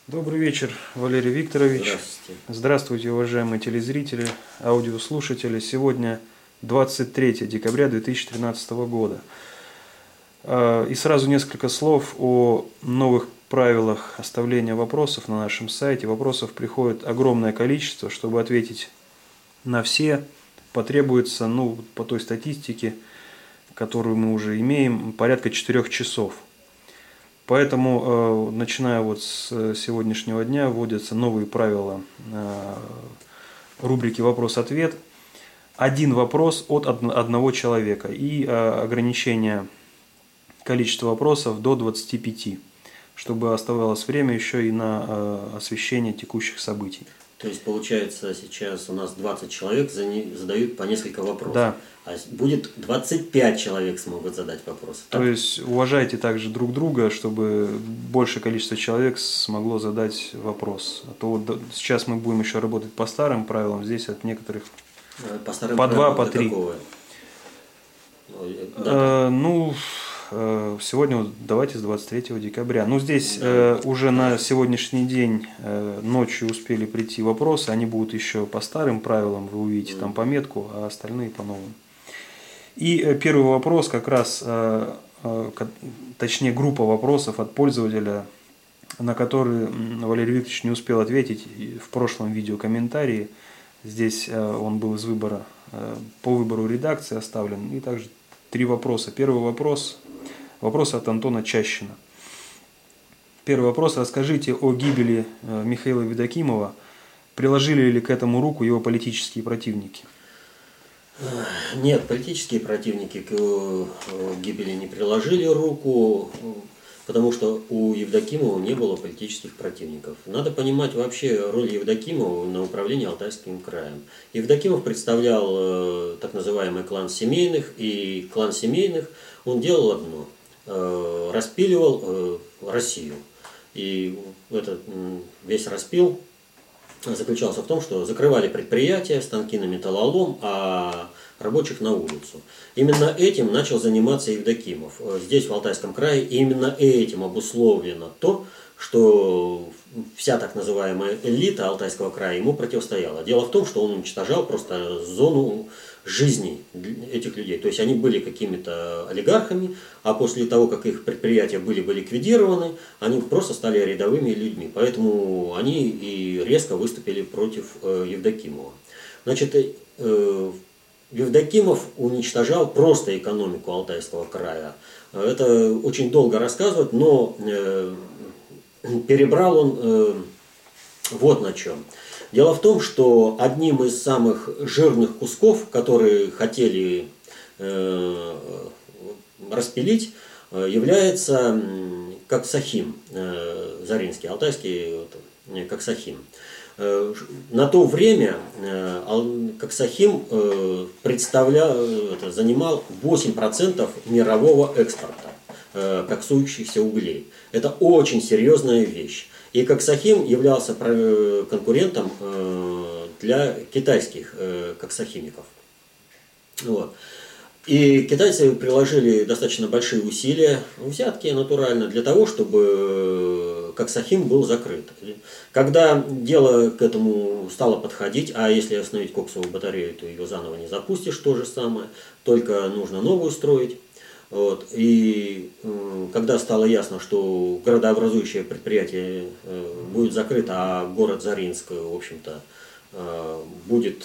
Добрый вечер, Валерий Викторович. Здравствуйте. Здравствуйте, уважаемые телезрители, аудиослушатели. Сегодня 23 декабря 2013 года. И сразу несколько слов о новых правилах оставления вопросов на нашем сайте. Вопросов приходит огромное количество. Чтобы ответить на все, потребуется, по той статистике, которую мы уже имеем, порядка 4 часов. Поэтому, начиная с сегодняшнего дня, вводятся новые правила рубрики «Вопрос-ответ». Один вопрос от одного человека и ограничение количества вопросов до 25, чтобы оставалось время еще и на освещение текущих событий. То есть, получается, сейчас у нас 20 человек задают по несколько вопросов. Да. А будет 25 человек смогут задать вопросы. То есть, уважайте также друг друга, чтобы большее количество человек смогло задать вопрос. А то сейчас мы будем еще работать по старым правилам, здесь от некоторых по 2, по 3. Сегодня давайте с 23 декабря. Здесь уже на сегодняшний день ночью успели прийти вопросы. Они будут еще по старым правилам, вы увидите там пометку, а остальные по новым. И первый вопрос как раз, точнее группа вопросов от пользователя, на которые Валерий Викторович не успел ответить в прошлом видеокомментарии. Здесь он был из выбора, по выбору редакции оставлен. И также 3 вопроса. Первый вопрос от Антона Чащина. Первый вопрос. Расскажите о гибели Михаила Евдокимова. Приложили ли к этому руку его политические противники? Нет, политические противники к его гибели не приложили руку, потому что у Евдокимова не было политических противников. Надо понимать вообще роль Евдокимова на управлении Алтайским краем. Евдокимов представлял так называемый клан семейных, и клан семейных он делал одно – распиливал Россию. И этот весь распил заключался в том, что закрывали предприятия, станки на металлолом, а рабочих на улицу. Именно этим начал заниматься Евдокимов. Здесь, в Алтайском крае, именно этим обусловлено то, что вся так называемая элита Алтайского края ему противостояла. Дело в том, что он уничтожал просто зону жизни этих людей. То есть они были какими-то олигархами, а после того, как их предприятия были бы ликвидированы, они просто стали рядовыми людьми. Поэтому они и резко выступили против Евдокимова. Значит, Евдокимов уничтожал просто экономику Алтайского края. Это очень долго рассказывать, но перебрал он вот на чем. Дело в том, что одним из самых жирных кусков, которые хотели распилить, является Коксахим, Заринский, Алтайский Коксахим. На то время Коксахим занимал 8% мирового экспорта коксующихся углей. Это очень серьезная вещь. И Коксахим являлся конкурентом для китайских коксахимиков. Вот. И китайцы приложили достаточно большие усилия, взятки натурально, для того, чтобы Коксахим был закрыт. Когда дело к этому стало подходить, а если остановить коксовую батарею, то ее заново не запустишь, то же самое, только нужно новую строить. Вот. И когда стало ясно, что городообразующее предприятие будет закрыто, а город Заринск, в общем-то, будет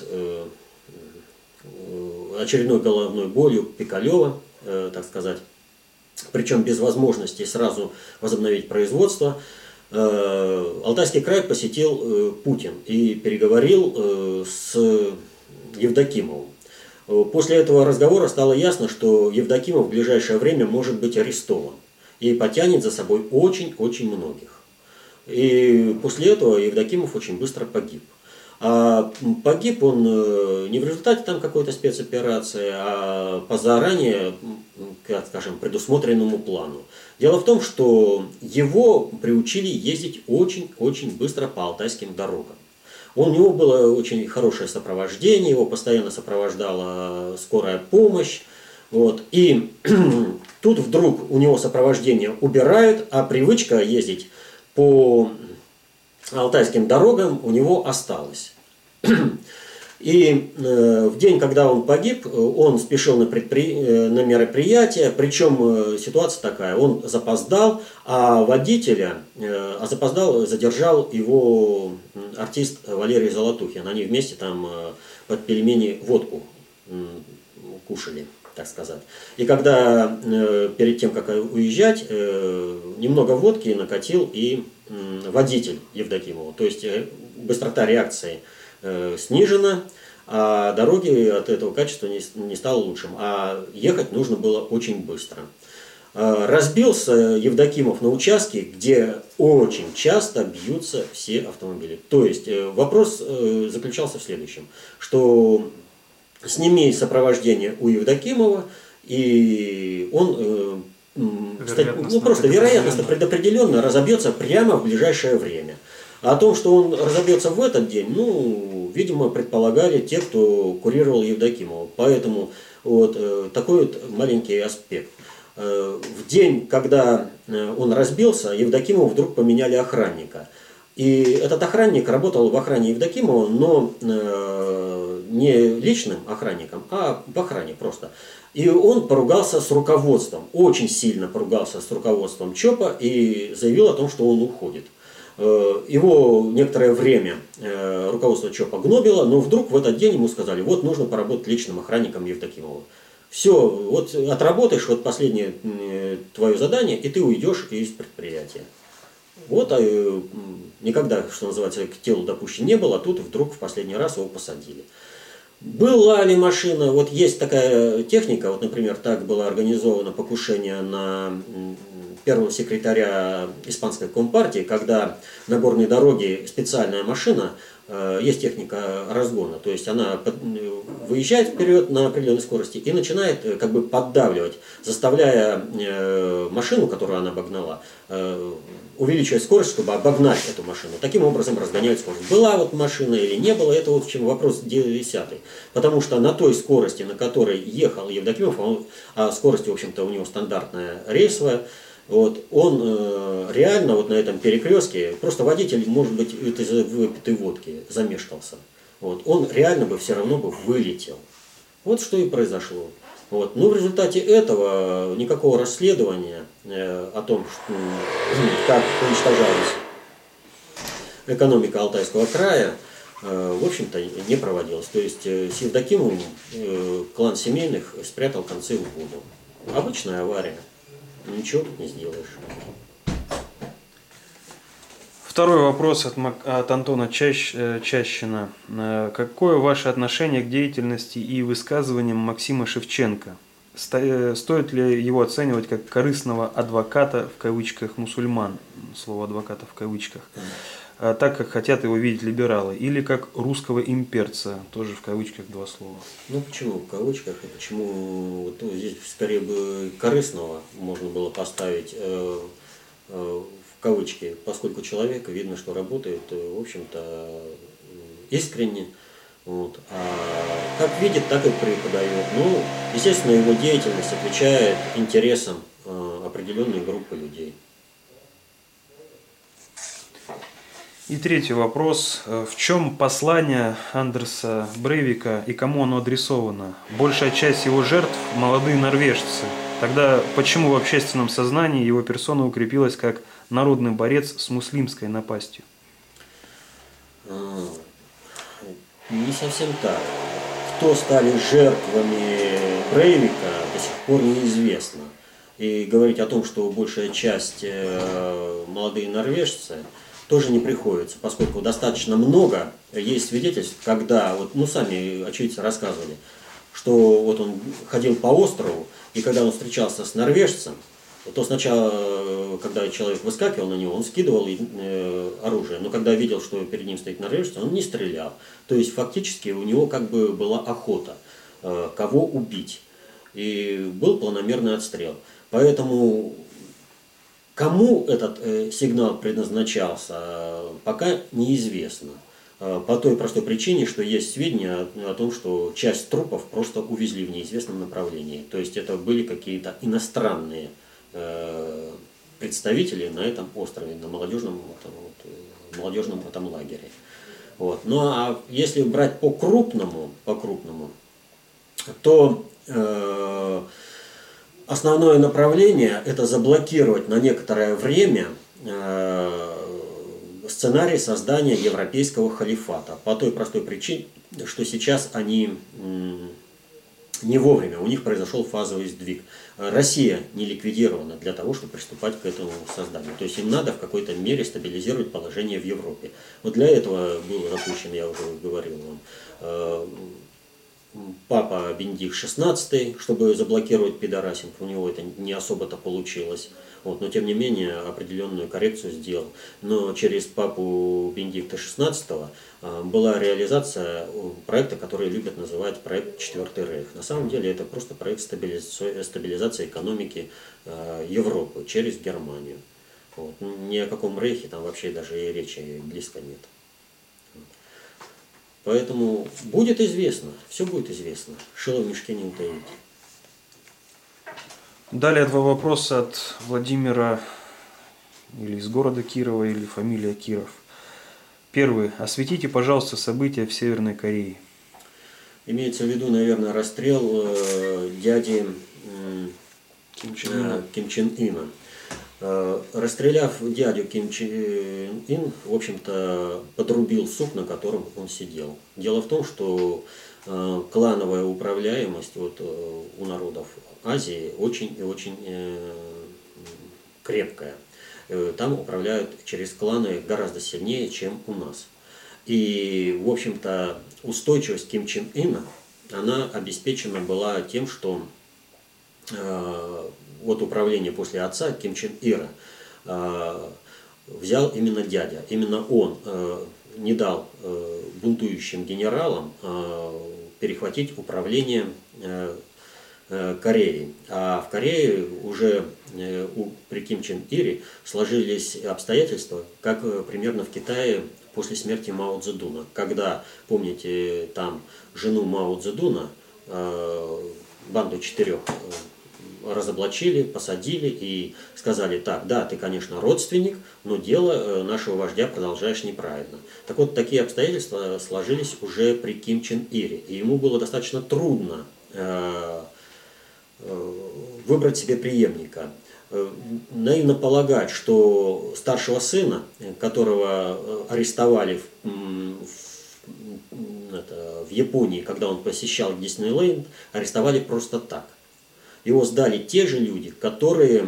очередной головной болью Пикалева, так сказать, причем без возможности сразу возобновить производство, Алтайский край посетил Путин и переговорил с Евдокимовым. После этого разговора стало ясно, что Евдокимов в ближайшее время может быть арестован и потянет за собой очень-очень многих. И после этого Евдокимов очень быстро погиб. А погиб он не в результате там какой-то спецоперации, а по заранее, как скажем, предусмотренному плану. Дело в том, что его приучили ездить очень-очень быстро по алтайским дорогам. У него было очень хорошее сопровождение, его постоянно сопровождала скорая помощь. Вот. И тут вдруг у него сопровождение убирают, а привычка ездить по алтайским дорогам у него осталось. И в день, когда он погиб, он спешил на мероприятие, причем ситуация такая, он запоздал, а задержал его артист Валерий Золотухин. Они вместе там под пельмени водку кушали, так сказать. И когда перед тем, как уезжать, немного водки накатил и водитель Евдокимова. То есть быстрота реакции снижена, а дороги от этого качества не стало лучшим. А ехать нужно было очень быстро. Разбился Евдокимов на участке, где очень часто бьются все автомобили. То есть вопрос заключался в следующем, что сними сопровождение у Евдокимова, и он вероятностно предопределенно разобьется прямо в ближайшее время. А о том, что он разобьется в этот день, видимо, предполагали те, кто курировал Евдокимова. Поэтому вот такой вот маленький аспект. В день, когда он разбился, Евдокимову вдруг поменяли охранника. И этот охранник работал в охране Евдокимова, но не личным охранником, а в охране просто. И он поругался с руководством, очень сильно поругался с руководством ЧОПа и заявил о том, что он уходит. Его некоторое время руководство ЧОПа гнобило, но вдруг в этот день ему сказали, вот нужно поработать личным охранником Евдокимова. Все, вот отработаешь вот последнее твое задание, и ты уйдешь из предприятия. Вот никогда, что называется, к телу допущен не был, а тут вдруг в последний раз его посадили. Была ли машина, вот есть такая техника, вот, например, так было организовано покушение на первого секретаря испанской компартии, когда на горной дороге специальная машина, есть техника разгона, то есть она выезжает вперед на определенной скорости и начинает как бы поддавливать, заставляя машину, которую она обогнала, увеличивать скорость, чтобы обогнать эту машину. Таким образом разгоняют скорость. Была вот машина или не было, это вот в чем вопрос 10-й. Потому что на той скорости, на которой ехал Евдокимов, а скорость, в общем-то, у него стандартная рейсовая, вот, он реально вот на этом перекрестке, просто водитель, может быть, из-за выпитой водки замешкался. Вот, он реально бы все равно бы вылетел. Вот что и произошло. Вот. Но в результате этого никакого расследования о том, как уничтожалась экономика Алтайского края, в общем-то, не проводилось. То есть с Евдокимовым клан Семейных спрятал концы в воду. Обычная авария. Ничего тут не сделаешь. Второй вопрос от Антона Чащина. Какое ваше отношение к деятельности и высказываниям Максима Шевченко? Стоит ли его оценивать как корыстного адвоката, в кавычках, мусульман, слово адвоката в кавычках, так как хотят его видеть либералы, или как русского имперца, тоже в кавычках два слова? Ну почему в кавычках, и почему вот, здесь скорее бы корыстного можно было поставить в кавычки, поскольку человек видно, что работает, в общем-то, искренне. Вот. А как видит, так и преподает. Ну, естественно, его деятельность отвечает интересам определенной группы людей. И третий вопрос. В чем послание Андерса Брейвика и кому оно адресовано? Большая часть его жертв – молодые норвежцы. Тогда почему в общественном сознании его персона укрепилась как народный борец с муслимской напастью? Не совсем так. Кто стали жертвами Брейвика, до сих пор неизвестно. И говорить о том, что большая часть молодые норвежцы, тоже не приходится, поскольку достаточно много есть свидетельств, когда, вот, сами очевидцы рассказывали, что вот он ходил по острову, и когда он встречался с норвежцем, то сначала, когда человек выскакивал на него, он скидывал оружие, но когда видел, что перед ним стоит норвежец, он не стрелял. То есть фактически у него как бы была охота, кого убить, и был планомерный отстрел. Поэтому кому этот сигнал предназначался, пока неизвестно. По той простой причине, что есть сведения о том, что часть трупов просто увезли в неизвестном направлении. То есть это были какие-то иностранные представителей на этом острове, на молодежном этом лагере. Вот. Ну а если брать по-крупному, то основное направление – это заблокировать на некоторое время сценарий создания европейского халифата. По той простой причине, что сейчас они не вовремя, у них произошел фазовый сдвиг. Россия не ликвидирована для того, чтобы приступать к этому созданию. То есть им надо в какой-то мере стабилизировать положение в Европе. Вот для этого был запущен, я уже говорил вам, папа Бенедикт XVI, чтобы заблокировать пидорасинг. У него это не особо-то получилось. Вот, но тем не менее определенную коррекцию сделал. Но через папу Бенедикта XVI была реализация проекта, который любят называть проект «Четвертый рейх». На самом деле это просто проект стабилизации экономики Европы через Германию. Вот. Ни о каком рейхе там вообще даже и речи близко нет. Поэтому будет известно, все будет известно. Шило в мешке не утаить. Далее два вопроса от Владимира, или из города Кирова, или фамилия Киров. Первый. Осветите, пожалуйста, события в Северной Корее. Имеется в виду, наверное, расстрел дяди Ким Чен Ына. Расстреляв дядю Ким Чен Ын, в общем-то, подрубил сук, на котором он сидел. Дело в том, что клановая управляемость у народов Азии очень и очень крепкая. Там управляют через кланы гораздо сильнее, чем у нас. И, в общем-то, устойчивость Ким Чен Ына, она обеспечена была тем, что управление после отца Ким Чен Ира взял именно дядя. Именно он не дал бунтующим генералам перехватить управление Кореей. А в Корее уже при Ким Чен Ире сложились обстоятельства, как примерно в Китае после смерти Мао Цзэдуна. Когда, помните, там жену Мао Цзэдуна, банду 4 разоблачили, посадили и сказали: так, да, ты, конечно, родственник, но дело нашего вождя продолжаешь неправильно. Так вот, такие обстоятельства сложились уже при Ким Чен Ире. И ему было достаточно трудно выбрать себе преемника. Наивно полагать, что старшего сына, которого арестовали в Японии, когда он посещал Диснейленд, арестовали просто так. Его сдали те же люди, которые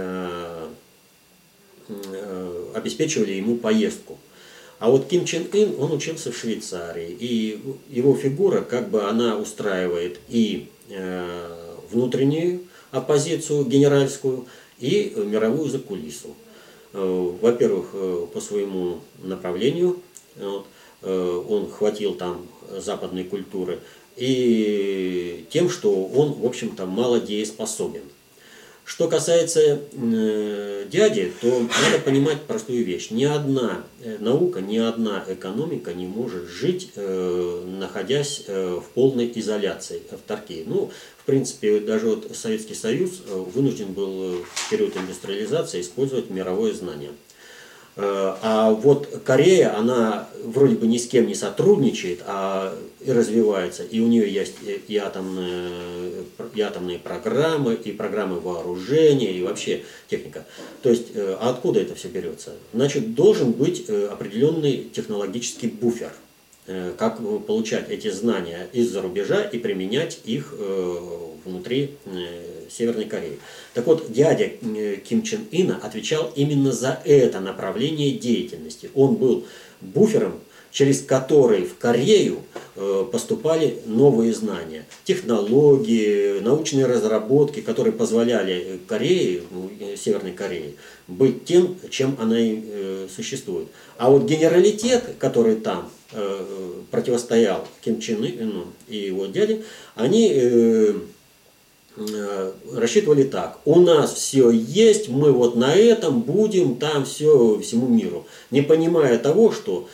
обеспечивали ему поездку. А вот Ким Чен Ын, он учился в Швейцарии, и его фигура, как бы она устраивает и внутреннюю оппозицию генеральскую, и мировую закулису. Во-первых, по своему направлению, он хватил там западной культуры, и тем, что он, в общем-то, мало дееспособен. Что касается дяди, то надо понимать простую вещь. Ни одна наука, ни одна экономика не может жить, находясь в полной изоляции, авторкии. Ну, в принципе, даже вот Советский Союз вынужден был в период индустриализации использовать мировое знание. А вот Корея, она вроде бы ни с кем не сотрудничает, а и развивается. И у нее есть и атомные программы, и программы вооружения, и вообще техника. То есть, а откуда это все берется? Значит, должен быть определенный технологический буфер. Как получать эти знания из-за рубежа и применять их внутри Северной Кореи. Так вот, дядя Ким Чен Ына отвечал именно за это направление деятельности. Он был буфером, через который в Корею поступали новые знания, технологии, научные разработки, которые позволяли Корее, Северной Корее, быть тем, чем она и существует. А вот генералитет, который там противостоял Ким Чен Ыну и его дяде, они рассчитывали так: у нас все есть, мы вот на этом будем там все всему миру, не понимая того, что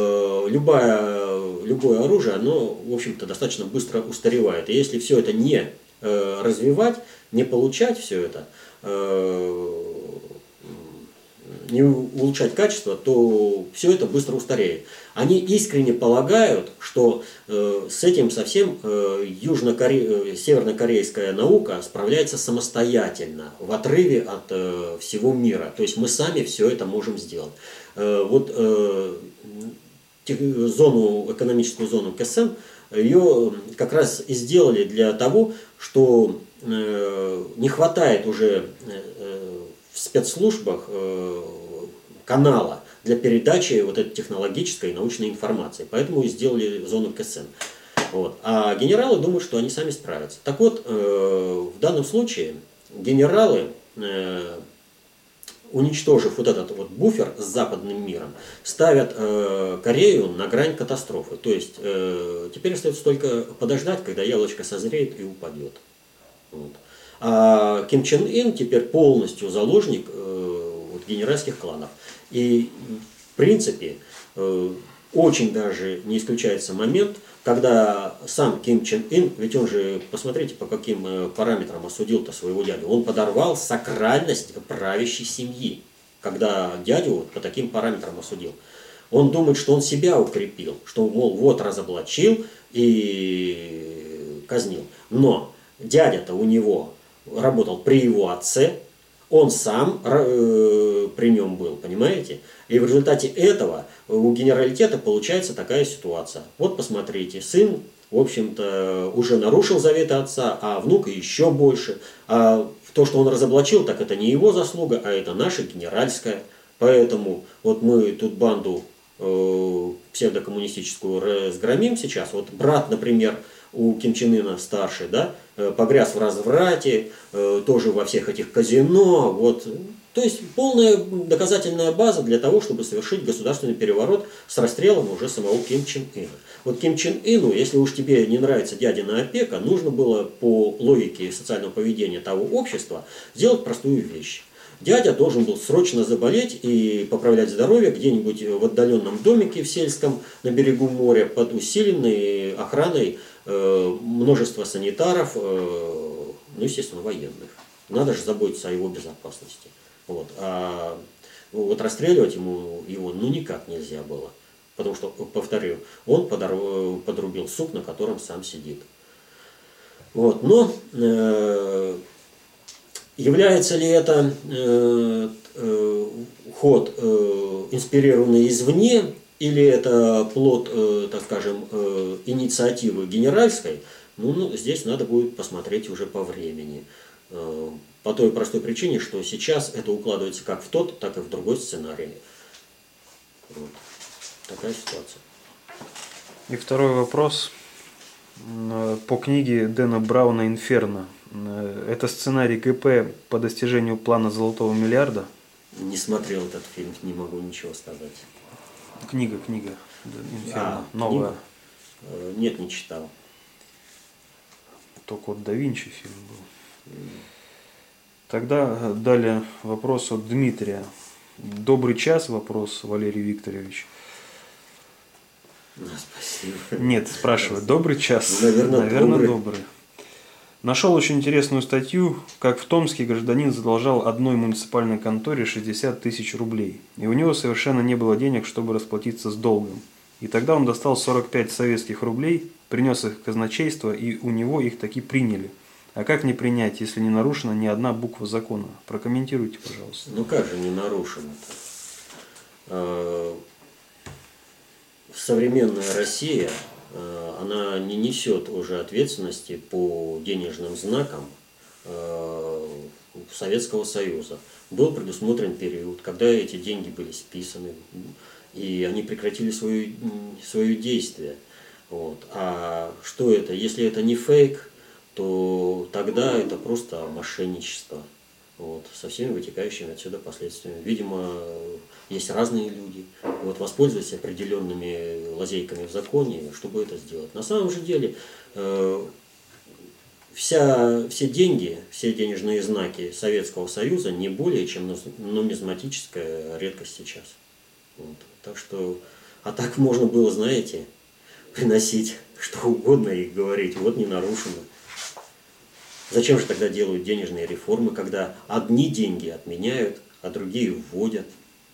любое оружие, оно, в общем-то, достаточно быстро устаревает. И если все это не развивать, не получать все это, не улучшать качество, то все это быстро устареет. Они искренне полагают, что с этим совсем севернокорейская наука справляется самостоятельно, в отрыве от всего мира. То есть мы сами все это можем сделать. Экономическую зону КСМ, ее как раз и сделали для того, что не хватает уже в спецслужбах канала для передачи вот этой технологической и научной информации. Поэтому и сделали зону КСМ. Вот. А генералы думают, что они сами справятся. Так вот, в данном случае генералы, уничтожив вот этот вот буфер с западным миром, ставят Корею на грань катастрофы. То есть теперь остается только подождать, когда яблочко созреет и упадет. Вот. А Ким Чен Ын теперь полностью заложник генеральских кланов. И в принципе очень даже не исключается момент, когда сам Ким Чен Ын, ведь он же, посмотрите, по каким параметрам осудил-то своего дядю, он подорвал сакральность правящей семьи, когда дядю вот по таким параметрам осудил. Он думает, что он себя укрепил, что, мол, вот разоблачил и казнил. Но дядя-то у него работал при его отце, он сам при нем был, понимаете? И в результате этого у генералитета получается такая ситуация. Вот посмотрите, сын, в общем-то, уже нарушил заветы отца, а внук еще больше. А то, что он разоблачил, так это не его заслуга, а это наша генеральская. Поэтому вот мы тут банду псевдокоммунистическую разгромим сейчас. Вот брат, например, у Ким Чен Ына старший, да, погряз в разврате, тоже во всех этих казино, вот. То есть полная доказательная база для того, чтобы совершить государственный переворот с расстрелом уже самого Ким Чен Ына. Вот Ким Чен Ыну, если уж тебе не нравится дядина опека, нужно было по логике социального поведения того общества сделать простую вещь. Дядя должен был срочно заболеть и поправлять здоровье где-нибудь в отдаленном домике в сельском на берегу моря под усиленной охраной множества санитаров, ну, естественно, военных. Надо же заботиться о его безопасности. Вот. А вот расстреливать его ну никак нельзя было. Потому что, повторю, он подрубил сук, на котором сам сидит. Вот. Но является ли это ход, инспирированный извне, или это плод, так скажем, инициативы генеральской, ну, здесь надо будет посмотреть уже по времени. По той простой причине, что сейчас это укладывается как в тот, так и в другой сценарий. Вот. Такая ситуация. И второй вопрос. По книге Дэна Брауна «Инферно». Это сценарий КП по достижению плана золотого миллиарда? Не смотрел этот фильм, не могу ничего сказать. Книга «Инферно», новая. Книга? Нет, не читал. Только вот «Да Винчи» фильм был. Тогда далее вопрос от Дмитрия. Добрый час, вопрос, Валерий Викторович. Спасибо. Нет, спрашивает, добрый час? Наверное, добрый. Нашел очень интересную статью, как в Томске гражданин задолжал одной муниципальной конторе 60 тысяч рублей. И у него совершенно не было денег, чтобы расплатиться с долгом. И тогда он достал 45 советских рублей, принес их в казначейство, и у него их таки приняли. А как не принять, если не нарушена ни одна буква закона? Прокомментируйте, пожалуйста. Ну как же не нарушена-то? Современная Россия, она не несет уже ответственности по денежным знакам Советского Союза. Был предусмотрен период, когда эти деньги были списаны, и они прекратили свое действие. Вот. А что это? Если это не фейк, то тогда это просто мошенничество. Вот, со всеми вытекающими отсюда последствиями. Видимо, есть разные люди. Вот, воспользуются определенными лазейками в законе, чтобы это сделать. На самом же деле, все деньги, все денежные знаки Советского Союза не более чем нумизматическая редкость сейчас. Вот. Так что, а так можно было, знаете, приносить что угодно и говорить, вот не нарушено. Зачем же тогда делают денежные реформы, когда одни деньги отменяют, а другие вводят?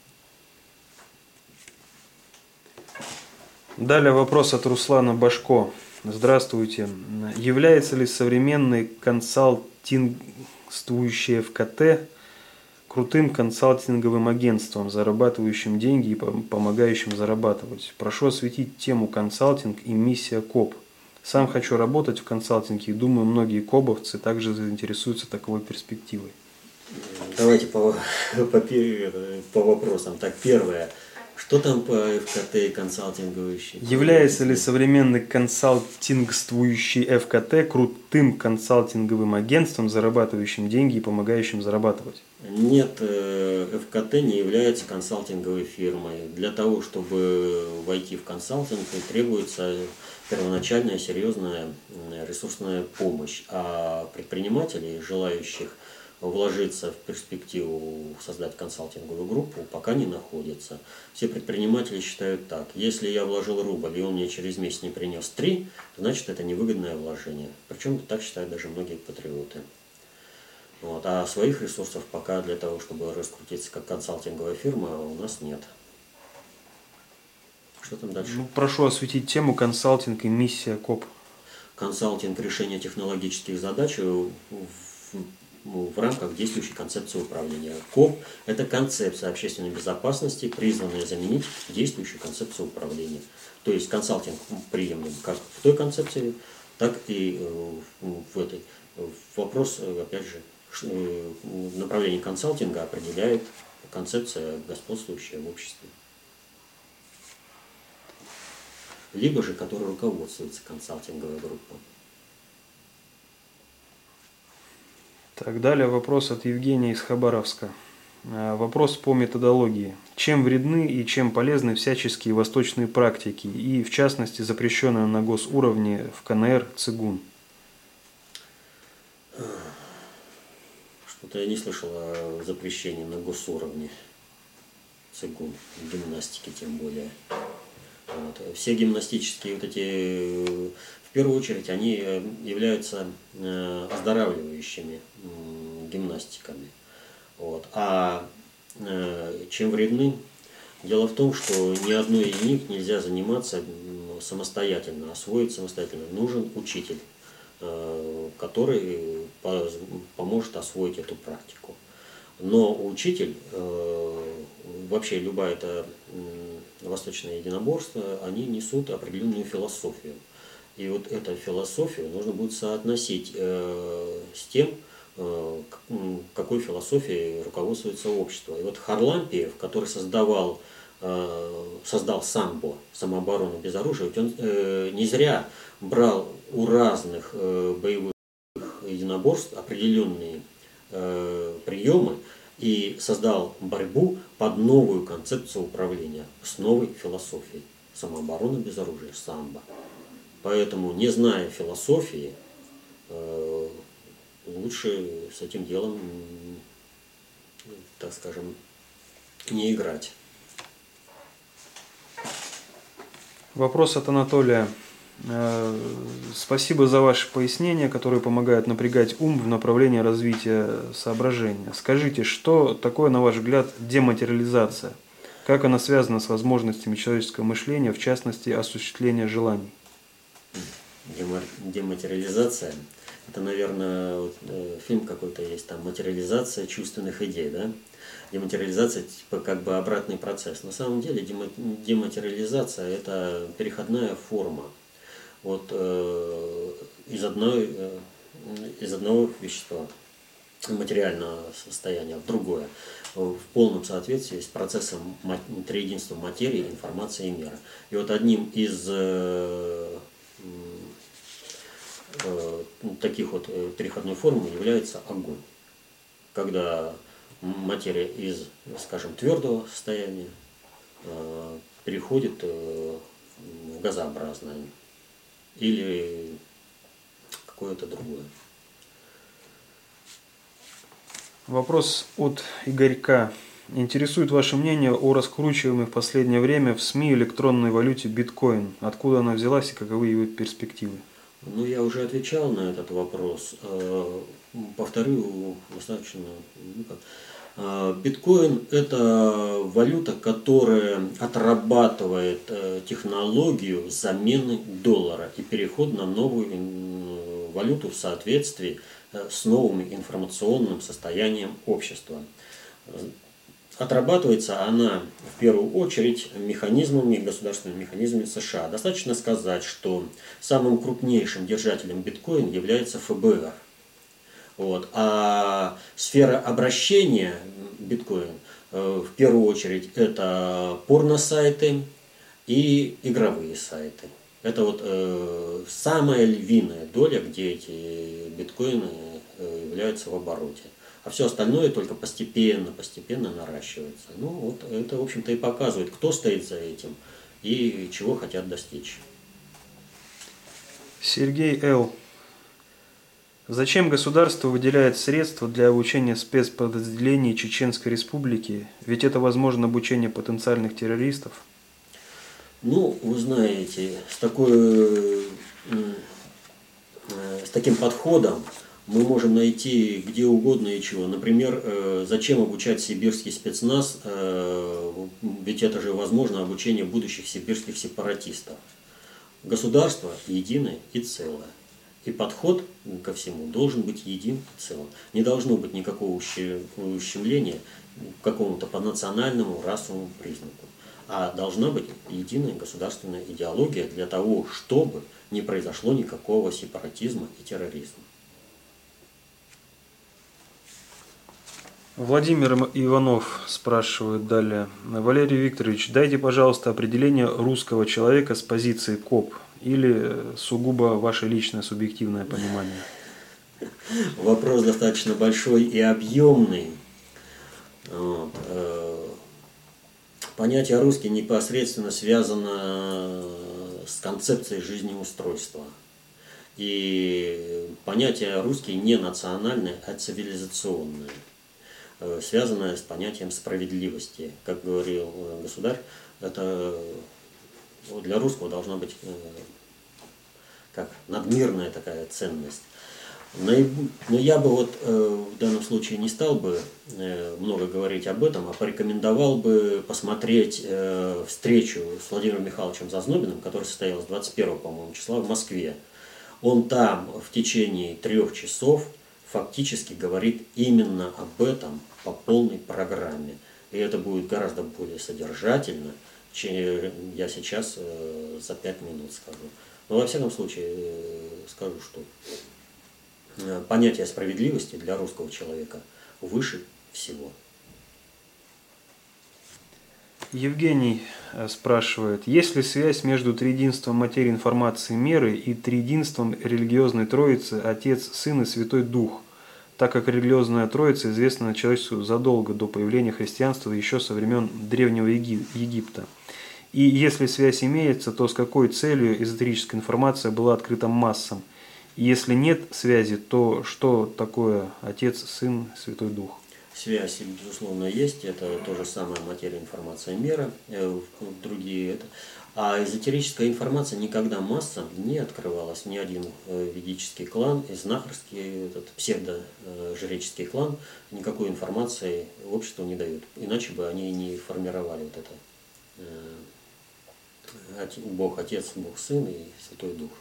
Далее вопрос от Руслана Башко. Здравствуйте. Является ли современный консалтингствующий ФКТ крутым консалтинговым агентством, зарабатывающим деньги и помогающим зарабатывать? Прошу осветить тему консалтинг и миссия КОП. Сам хочу работать в консалтинге и думаю, многие кобовцы также заинтересуются таковой перспективой. Давайте по вопросам. Так, первое. Что там по ФКТ и консалтингующий? Является ли современный консалтингствующий ФКТ крутым консалтинговым агентством, зарабатывающим деньги и помогающим зарабатывать? Нет, ФКТ не является консалтинговой фирмой. Для того, чтобы войти в консалтинг, требуется первоначальная серьезная ресурсная помощь. А предпринимателей, желающих вложиться в перспективу создать консалтинговую группу, пока не находится. Все предприниматели считают так: если я вложил рубль, и он мне через месяц не принес 3, значит это невыгодное вложение. Причем так считают даже многие патриоты. Вот. А своих ресурсов пока для того, чтобы раскрутиться как консалтинговая фирма, у нас нет. Что там дальше? Прошу осветить тему консалтинг и миссия КОП. Консалтинг – решение технологических задач в рамках действующей концепции управления. КОП – это концепция общественной безопасности, призванная заменить действующую концепцию управления. То есть консалтинг приемлем как в той концепции, так и в этой. Вопрос, опять же, направление консалтинга определяет концепция, господствующая в обществе. Либо же, которой руководствуется консалтинговая группа. Так, далее вопрос от Евгения из Хабаровска. Вопрос по методологии. Чем вредны и чем полезны всяческие восточные практики, и в частности запрещенные на госуровне в КНР цигун? Что-то я не слышал о запрещении на госуровне цигун, в гимнастике тем более. Вот. Все гимнастические вот эти, в первую очередь, они являются оздоравливающими гимнастиками. Вот. А чем вредны? Дело в том, что ни одной из них нельзя заниматься самостоятельно, освоить самостоятельно. Нужен учитель, который поможет освоить эту практику. Но учитель, вообще любая это восточное единоборство, они несут определенную философию. И вот эту философию нужно будет соотносить с тем, какой философией руководствуется общество. И вот Харлампиев, который создал самбо, самооборону без оружия, ведь он не зря брал у разных боевых единоборств определенные приемы и создал борьбу под новую концепцию управления с новой философией. Самооборона без оружия, самбо. Поэтому, не зная философии, лучше с этим делом, так скажем, не играть. Вопрос от Анатолия. Спасибо за ваши пояснения, которые помогают напрягать ум в направлении развития соображения. Скажите, что такое, на ваш взгляд, дематериализация? Как она связана с возможностями человеческого мышления, в частности, осуществления желаний? Дематериализация – это, наверное, вот, фильм какой-то есть, там «Материализация чувственных идей», да? Дематериализация типа как бы обратный процесс. На самом деле дематериализация – это переходная форма. Вот из одного вещества, материального состояния в другое, в полном соответствии с процессом триединства материи, информации и мира. И вот одним из таких вот переходной форм является огонь. Когда материя из, скажем, твердого состояния переходит в газообразное или какое-то другое. Вопрос от Игорька. Интересует ваше мнение о раскручиваемой в последнее время в СМИ электронной валюте биткоин. Откуда она взялась и каковы ее перспективы? Ну, я уже отвечал на этот вопрос. Повторю достаточно Биткоин – это валюта, которая отрабатывает технологию замены доллара и переход на новую валюту в соответствии с новым информационным состоянием общества. Отрабатывается она в первую очередь государственными механизмами США. Достаточно сказать, что самым крупнейшим держателем биткоин является ФБР. Вот. А сфера обращения биткоин в первую очередь это порно-сайты и игровые сайты. Это вот самая львиная доля, где эти биткоины являются в обороте. А все остальное только постепенно наращивается. Ну вот это, в общем-то, и показывает, кто стоит за этим и чего хотят достичь. Сергей Л. Зачем государство выделяет средства для обучения спецподразделений Чеченской Республики? Ведь это возможно обучение потенциальных террористов. Ну, вы знаете, с таким подходом мы можем найти где угодно и чего. Например, зачем обучать сибирский спецназ, ведь это же возможно обучение будущих сибирских сепаратистов. Государство единое и целое. И подход ко всему должен быть един и целым. Не должно быть никакого ущемления какому-то по национальному, расовому признаку. А должна быть единая государственная идеология для того, чтобы не произошло никакого сепаратизма и терроризма. Владимир Иванов спрашивает далее. Валерий Викторович, дайте, пожалуйста, определение русского человека с позиции КОП или сугубо ваше личное субъективное понимание. Вопрос достаточно большой и объемный. Вот. Понятие «русский» непосредственно связано с концепцией жизнеустройства. И понятие «русский» не национальное, а цивилизационное, связанное с понятием справедливости. Как говорил государь, это для русского должна быть как надмирная такая ценность. Но я бы вот в данном случае не стал бы много говорить об этом, а порекомендовал бы посмотреть встречу с Владимиром Михайловичем Зазнобиным, которая состоялась 21, по-моему, числа в Москве. Он там в течение 3 часов фактически говорит именно об этом по полной программе. И это будет гораздо более содержательно, чем я сейчас за 5 минут скажу. Но во всяком случае скажу, что понятие справедливости для русского человека выше всего. Евгений спрашивает, есть ли связь между триединством материи информации меры и триединством религиозной троицы Отец, Сын и Святой Дух, так как религиозная троица известна человечеству задолго до появления христианства еще со времен Древнего Египта. И если связь имеется, то с какой целью эзотерическая информация была открыта массам? И если нет связи, то что такое Отец, Сын, Святой Дух? Связь, безусловно, есть. Это то же самое материя, информация, мера, другие это. А эзотерическая информация никогда массам не открывалась. Ни один ведический клан, и знахарский, этот псевдо-жреческий клан никакой информации обществу не дают. Иначе бы они не формировали вот это Бог Отец, Бог Сын и Святой Дух.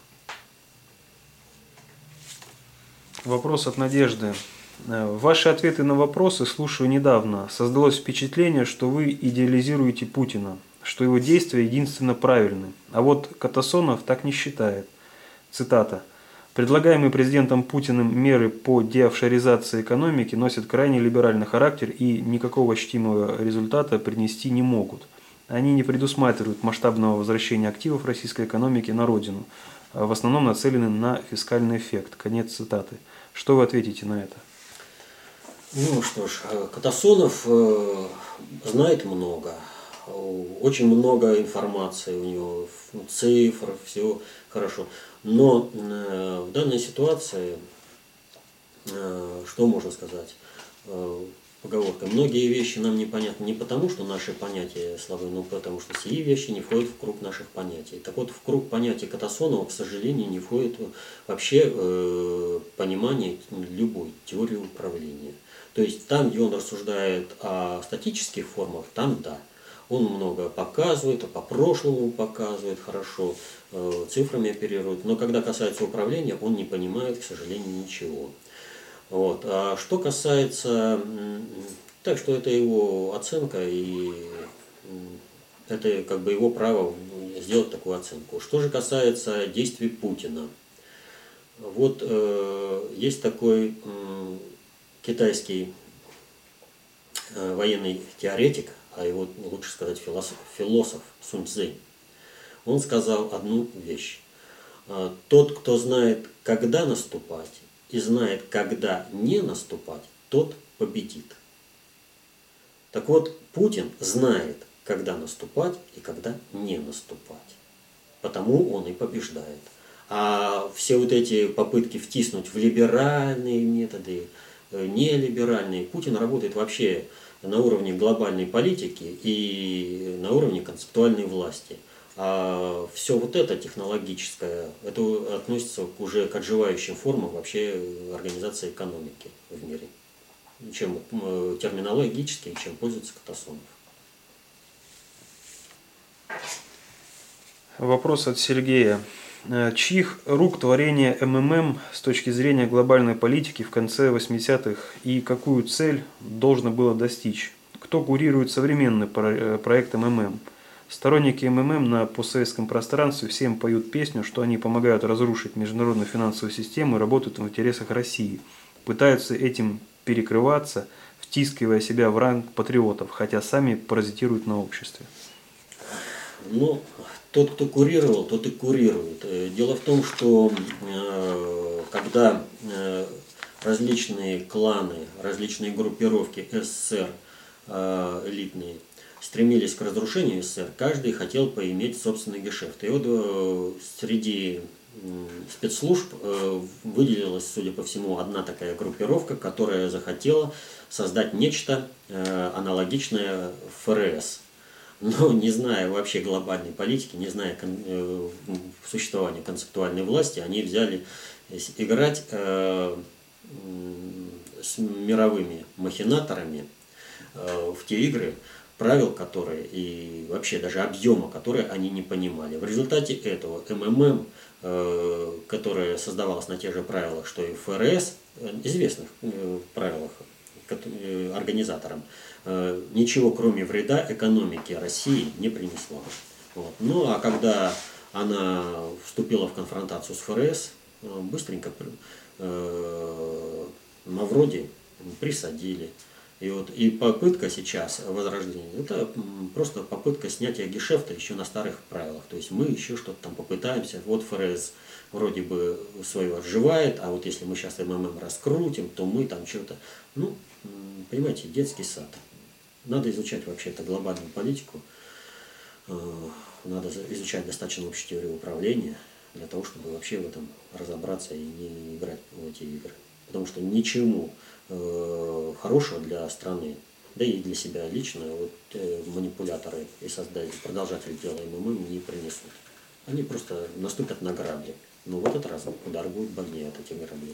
Вопрос от Надежды. Ваши ответы на вопросы слушаю недавно. Создалось впечатление, что вы идеализируете Путина, что его действия единственно правильны. А вот Катасонов так не считает. Цитата. Предлагаемые президентом Путиным меры по деофшоризации экономики носят крайне либеральный характер и никакого ощутимого результата принести не могут. Они не предусматривают масштабного возвращения активов российской экономики на родину. В основном нацелены на фискальный эффект. Конец цитаты. Что вы ответите на это? Ну что ж, Катасонов знает много. Очень много информации у него, цифр, все хорошо. Но в данной ситуации, что можно сказать? Поговорка. Многие вещи нам непонятны не потому, что наши понятия слабы, но потому что сии вещи не входят в круг наших понятий. Так вот, в круг понятий Катасонова, к сожалению, не входит вообще понимание любой теории управления. То есть там, где он рассуждает о статических формах, там да. Он много показывает, по прошлому показывает хорошо, цифрами оперирует. Но когда касается управления, он не понимает, к сожалению, ничего. Вот. А что касается... Так что это его оценка, и это как бы его право сделать такую оценку. Что же касается действий Путина. Вот есть такой китайский военный теоретик, а его лучше сказать философ Сунь Цзинь. Он сказал одну вещь. Тот, кто знает, когда наступать, и знает, когда не наступать, тот победит. Так вот, Путин знает, когда наступать и когда не наступать. Потому он и побеждает. А все вот эти попытки втиснуть в либеральные методы, нелиберальные, Путин работает вообще на уровне глобальной политики и на уровне концептуальной власти. А все вот это технологическое, это относится уже к отживающим формам вообще организации экономики в мире. Чем терминологически, чем пользуется Катасонов. Вопрос от Сергея. Чьих рук творение МММ с точки зрения глобальной политики в конце 80-х и какую цель должно было достичь? Кто курирует современный проект МММ? Сторонники МММ на постсоветском пространстве всем поют песню, что они помогают разрушить международную финансовую систему и работают в интересах России. Пытаются этим перекрываться, втискивая себя в ранг патриотов, хотя сами паразитируют на обществе. Ну, тот, кто курировал, тот и курирует. Дело в том, что когда различные кланы, различные группировки СССР элитные стремились к разрушению СССР, каждый хотел поиметь собственный гешефт. И вот среди спецслужб выделилась, судя по всему, одна такая группировка, которая захотела создать нечто аналогичное ФРС. Но не зная вообще глобальной политики, не зная существования концептуальной власти, они взяли играть с мировыми махинаторами в те игры, правил которые и вообще даже объема которые они не понимали. В результате этого МММ, которая создавалась на тех же правилах, что и ФРС, известных правилах организаторам, ничего кроме вреда экономике России не принесла. Вот. Ну а когда она вступила в конфронтацию с ФРС, быстренько Мавроди присадили. И попытка сейчас возрождения, это просто попытка снятия гешефта еще на старых правилах. То есть мы еще что-то там попытаемся. Вот ФРС вроде бы свое отживает, а вот если мы сейчас МММ раскрутим, то мы там что-то... Ну, понимаете, детский сад. Надо изучать вообще-то глобальную политику. Надо изучать достаточно общую теорию управления для того, чтобы вообще в этом разобраться и не играть в эти игры. Потому что ничему хорошего для страны, да и для себя лично, вот, манипуляторы и создатели, продолжатели дела МММ не принесут. Они просто наступят на грабли. Но в этот раз удар будет больнее от этих граблей.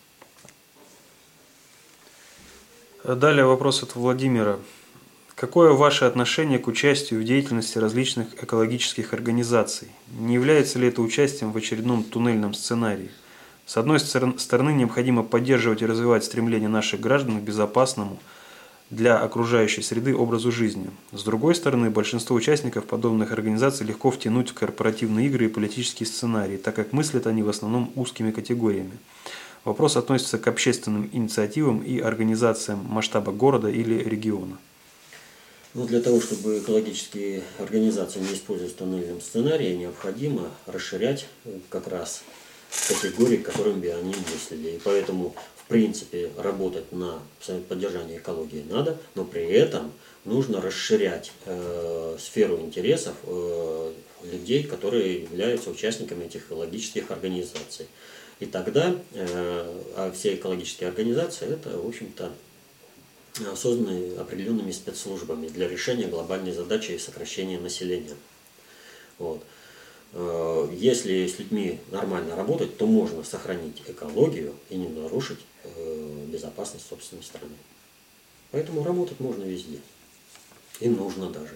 Далее вопрос от Владимира. Какое ваше отношение к участию в деятельности различных экологических организаций? Не является ли это участием в очередном туннельном сценарии? С одной стороны, необходимо поддерживать и развивать стремление наших граждан к безопасному для окружающей среды образу жизни. С другой стороны, большинство участников подобных организаций легко втянуть в корпоративные игры и политические сценарии, так как мыслят они в основном узкими категориями. Вопрос относится к общественным инициативам и организациям масштаба города или региона. Ну, для того, чтобы экологические организации не использовать в туннельном сценарии, необходимо расширять как раз категории, которыми бы они мыслили. И поэтому, в принципе, работать на поддержание экологии надо, но при этом нужно расширять сферу интересов людей, которые являются участниками этих экологических организаций. И тогда все экологические организации, это, в общем-то, созданы определенными спецслужбами для решения глобальной задачи и сокращения населения. Вот. Если с людьми нормально работать, то можно сохранить экологию и не нарушить безопасность собственной страны. Поэтому работать можно везде. И нужно даже.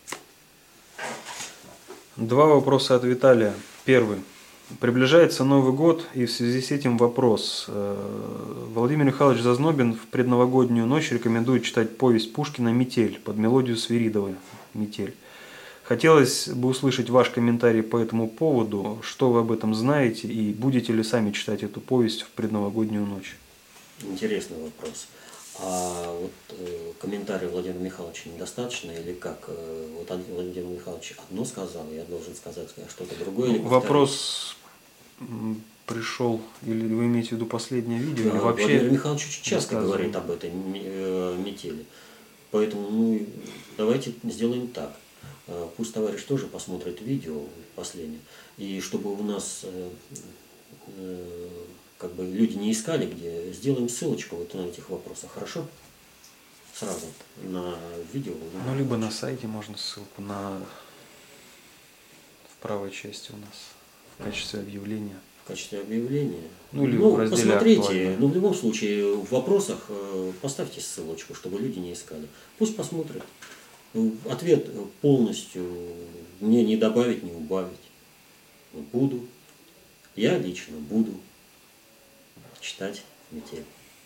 Два вопроса от Виталия. Первый. Приближается Новый год, и в связи с этим вопрос. Владимир Михайлович Зазнобин в предновогоднюю ночь рекомендует читать повесть Пушкина «Метель» под мелодию Свиридовой «Метель». Хотелось бы услышать ваш комментарий по этому поводу, что вы об этом знаете, и будете ли сами читать эту повесть в предновогоднюю ночь? Интересный вопрос. А вот комментария Владимира Михайловича недостаточно или как? Вот Владимир Михайлович одно сказал, я должен сказать что-то другое? Или вопрос пришел, или вы имеете в виду последнее видео, или вообще? Владимир Михайлович очень часто говорит об этой метели. Поэтому давайте сделаем так. Пусть товарищ тоже посмотрит видео последнее. И чтобы у нас как бы люди не искали, где, сделаем ссылочку вот на этих вопросах, хорошо? Сразу на видео. Ну, либо на сайте можно ссылку в правой части у нас в качестве объявления. В качестве объявления? Ну, или в разделе посмотрите, актуально. в любом случае в вопросах поставьте ссылочку, чтобы люди не искали. Пусть посмотрят. Ответ полностью мне не добавить, не убавить. Буду. Я лично буду читать «Метель».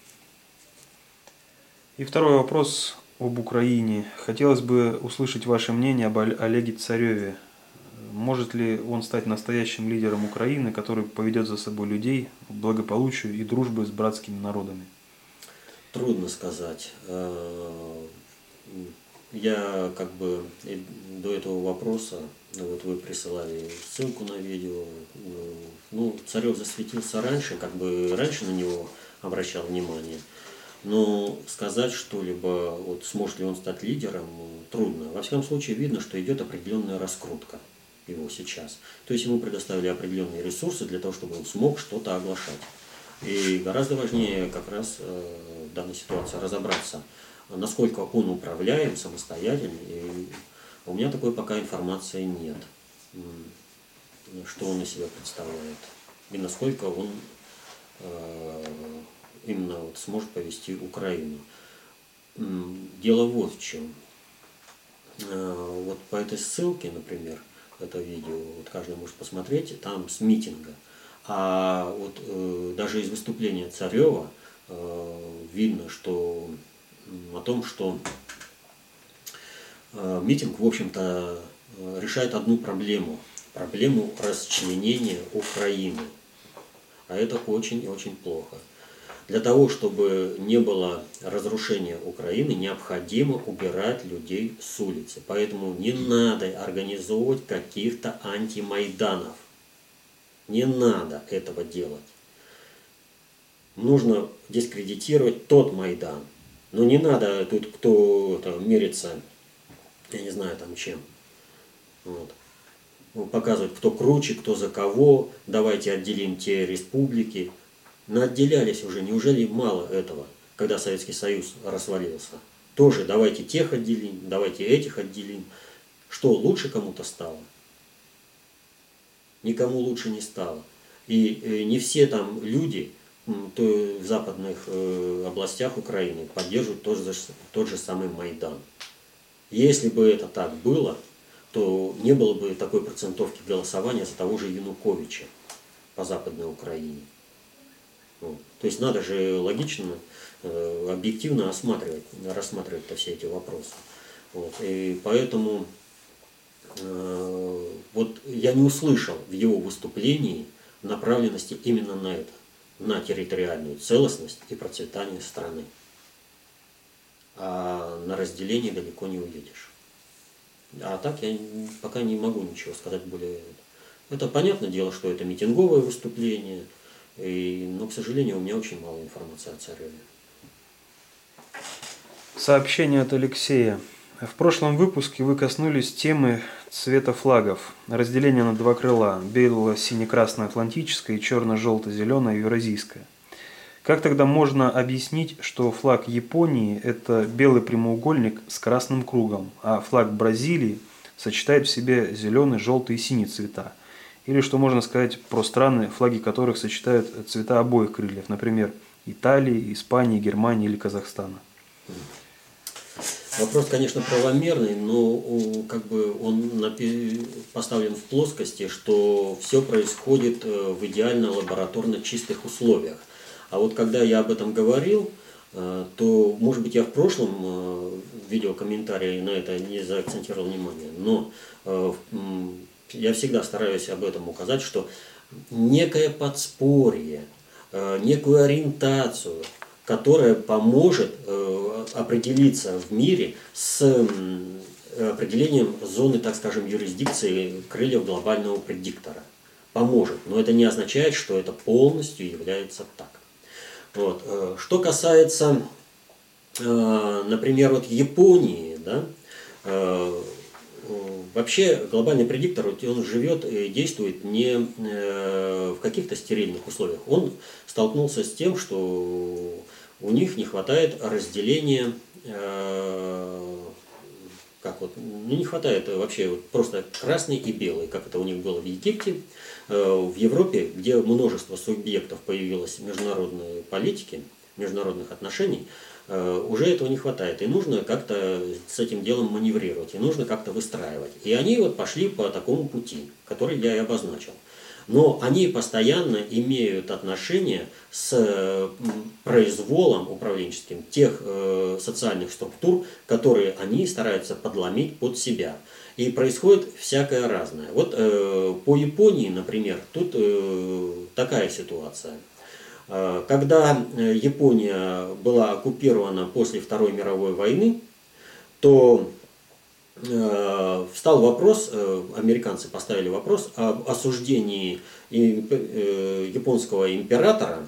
И второй вопрос об Украине. Хотелось бы услышать ваше мнение об Олеге Цареве. Может ли он стать настоящим лидером Украины, который поведет за собой людей к благополучию и дружбе с братскими народами? Трудно сказать. Я как бы до этого вопроса, вот вы присылали ссылку на видео, ну, Царев засветился раньше, как бы раньше на него обращал внимание, но сказать что-либо, вот сможет ли он стать лидером, трудно. Во всяком случае видно, что идет определенная раскрутка его сейчас. То есть ему предоставили определенные ресурсы для того, чтобы он смог что-то оглашать. И гораздо важнее как раз в данной ситуации разобраться, насколько он управляем, самостоятельный. И у меня такой пока информации нет, что он из себя представляет и насколько он именно вот сможет повести Украину. Дело вот в чем. Вот по этой ссылке, например, это видео, вот каждый может посмотреть, там с митинга. А вот даже из выступления Царева видно, что о том, что митинг, в общем-то, решает одну проблему. Проблему расчленения Украины. А это очень и очень плохо. Для того, чтобы не было разрушения Украины, необходимо убирать людей с улицы. Поэтому не надо организовывать каких-то антимайданов. Не надо этого делать. Нужно дискредитировать тот Майдан. Но не надо тут кто там мерится, я не знаю там чем. Вот. Показывать, кто круче, кто за кого. Давайте отделим те республики. Наотделялись уже, неужели мало этого, когда Советский Союз развалился? Тоже давайте тех отделим, давайте этих отделим. Что, лучше кому-то стало? Никому лучше не стало. И не все там люди в западных областях Украины поддерживают тот же самый Майдан. Если бы это так было, то не было бы такой процентовки голосования за того же Януковича по Западной Украине. То есть надо же логично, объективно рассматривать все эти вопросы. Вот. И поэтому вот я не услышал в его выступлении направленности именно на это, на территориальную целостность и процветание страны. А на разделение далеко не уедешь. А так я пока не могу ничего сказать более. Это понятное дело, что это митинговое выступление, но, к сожалению, у меня очень мало информации о Цареве. Сообщение от Алексея. В прошлом выпуске вы коснулись темы цвета флагов. Разделение на два крыла. Бело-сине-красно-атлантическое и черно-желто-зеленое евразийское. Как тогда можно объяснить, что флаг Японии – это белый прямоугольник с красным кругом, а флаг Бразилии сочетает в себе зеленый, желтый и синий цвета? Или что можно сказать про страны, флаги которых сочетают цвета обоих крыльев, например, Италии, Испании, Германии или Казахстана? Вопрос, конечно, правомерный, но как бы он поставлен в плоскости, что все происходит в идеально лабораторно чистых условиях. А вот когда я об этом говорил, то, может быть, я в прошлом видеокомментарии на это не заакцентировал внимание, но я всегда стараюсь об этом указать, что некое подспорье, некую ориентацию, которая поможет определиться в мире с определением зоны, так скажем, юрисдикции крыльев глобального предиктора. Поможет, но это не означает, что это полностью является так. Вот. Что касается, например, вот Японии, да, вообще глобальный предиктор, он живет и действует не в каких-то стерильных условиях. Он столкнулся с тем, что у них не хватает разделения, не хватает вообще вот просто красный и белый, как это у них было в Египте. В Европе, где множество субъектов появилось международной политики, международных отношений, уже этого не хватает. И нужно как-то с этим делом маневрировать, и нужно как-то выстраивать. И они вот пошли по такому пути, который я и обозначил. Но они постоянно имеют отношение с произволом управленческим тех социальных структур, которые они стараются подломить под себя. И происходит всякое разное. Вот по Японии, например, тут такая ситуация. Когда Япония была оккупирована после Второй мировой войны, то встал вопрос, американцы поставили вопрос об осуждении японского императора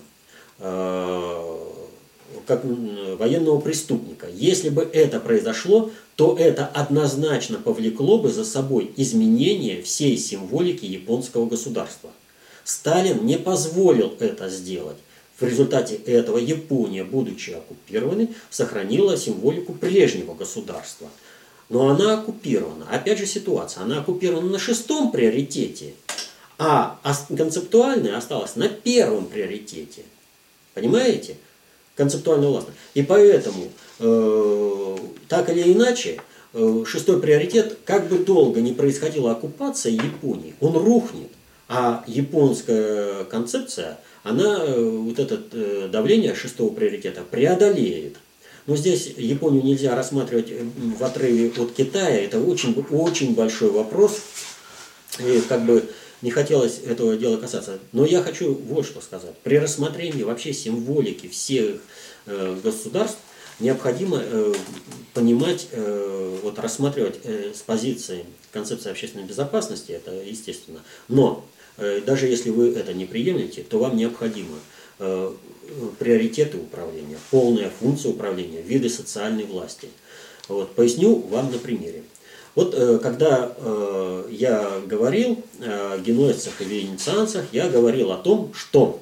как военного преступника. Если бы это произошло, то это однозначно повлекло бы за собой изменение всей символики японского государства. Сталин не позволил это сделать. В результате этого Япония, будучи оккупированной, сохранила символику прежнего государства. Но она оккупирована. Опять же ситуация. Она оккупирована на 6-м приоритете, а концептуальная осталась на 1-м приоритете. Понимаете? Концептуально властно. И поэтому, так или иначе, 6-й приоритет, как бы долго не происходила оккупация Японии, он рухнет. А японская концепция, она вот это давление 6-го приоритета преодолеет. Но здесь Японию нельзя рассматривать в отрыве от Китая. Это очень, очень большой вопрос. И как бы не хотелось этого дела касаться. Но я хочу вот что сказать. При рассмотрении вообще символики всех государств необходимо понимать, вот рассматривать с позиции концепции общественной безопасности, это естественно. Но даже если вы это не приемлете, то вам необходимо приоритеты управления, полная функция управления, виды социальной власти. Вот, поясню вам на примере. Вот когда я говорил о генуэзцах и венецианцах, я говорил о том, что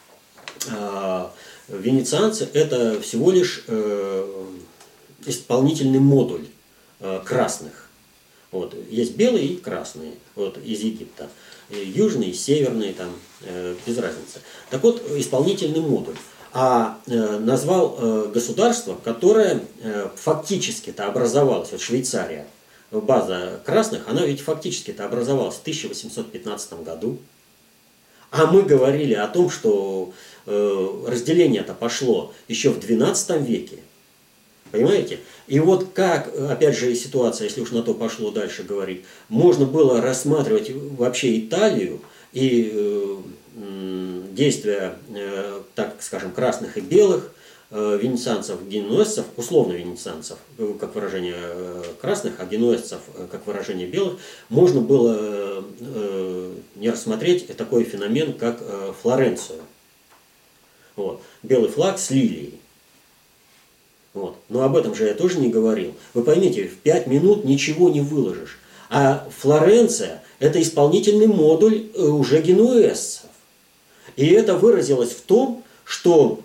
венецианцы это всего лишь исполнительный модуль красных. Вот, есть белые и красные вот, из Египта. Южные, северные, там, без разницы. Так вот, исполнительный модуль. А назвал государство, которое фактически-то образовалось, вот Швейцария, база красных, она ведь фактически-то образовалась в 1815 году. А мы говорили о том, что разделение-то пошло еще в XII веке. Понимаете? И вот как, опять же, ситуация, если уж на то пошло дальше говорить, можно было рассматривать вообще Италию и действия, так скажем, красных и белых, венецианцев, генуэзцев, условно венецианцев, как выражение красных, а генуэзцев, как выражение белых, можно было не рассмотреть такой феномен, как Флоренцию. Вот. Белый флаг с лилией. Вот. Но об этом же я тоже не говорил. Вы поймите, в 5 минут ничего не выложишь. А Флоренция – это исполнительный модуль уже генуэзцев. И это выразилось в том, что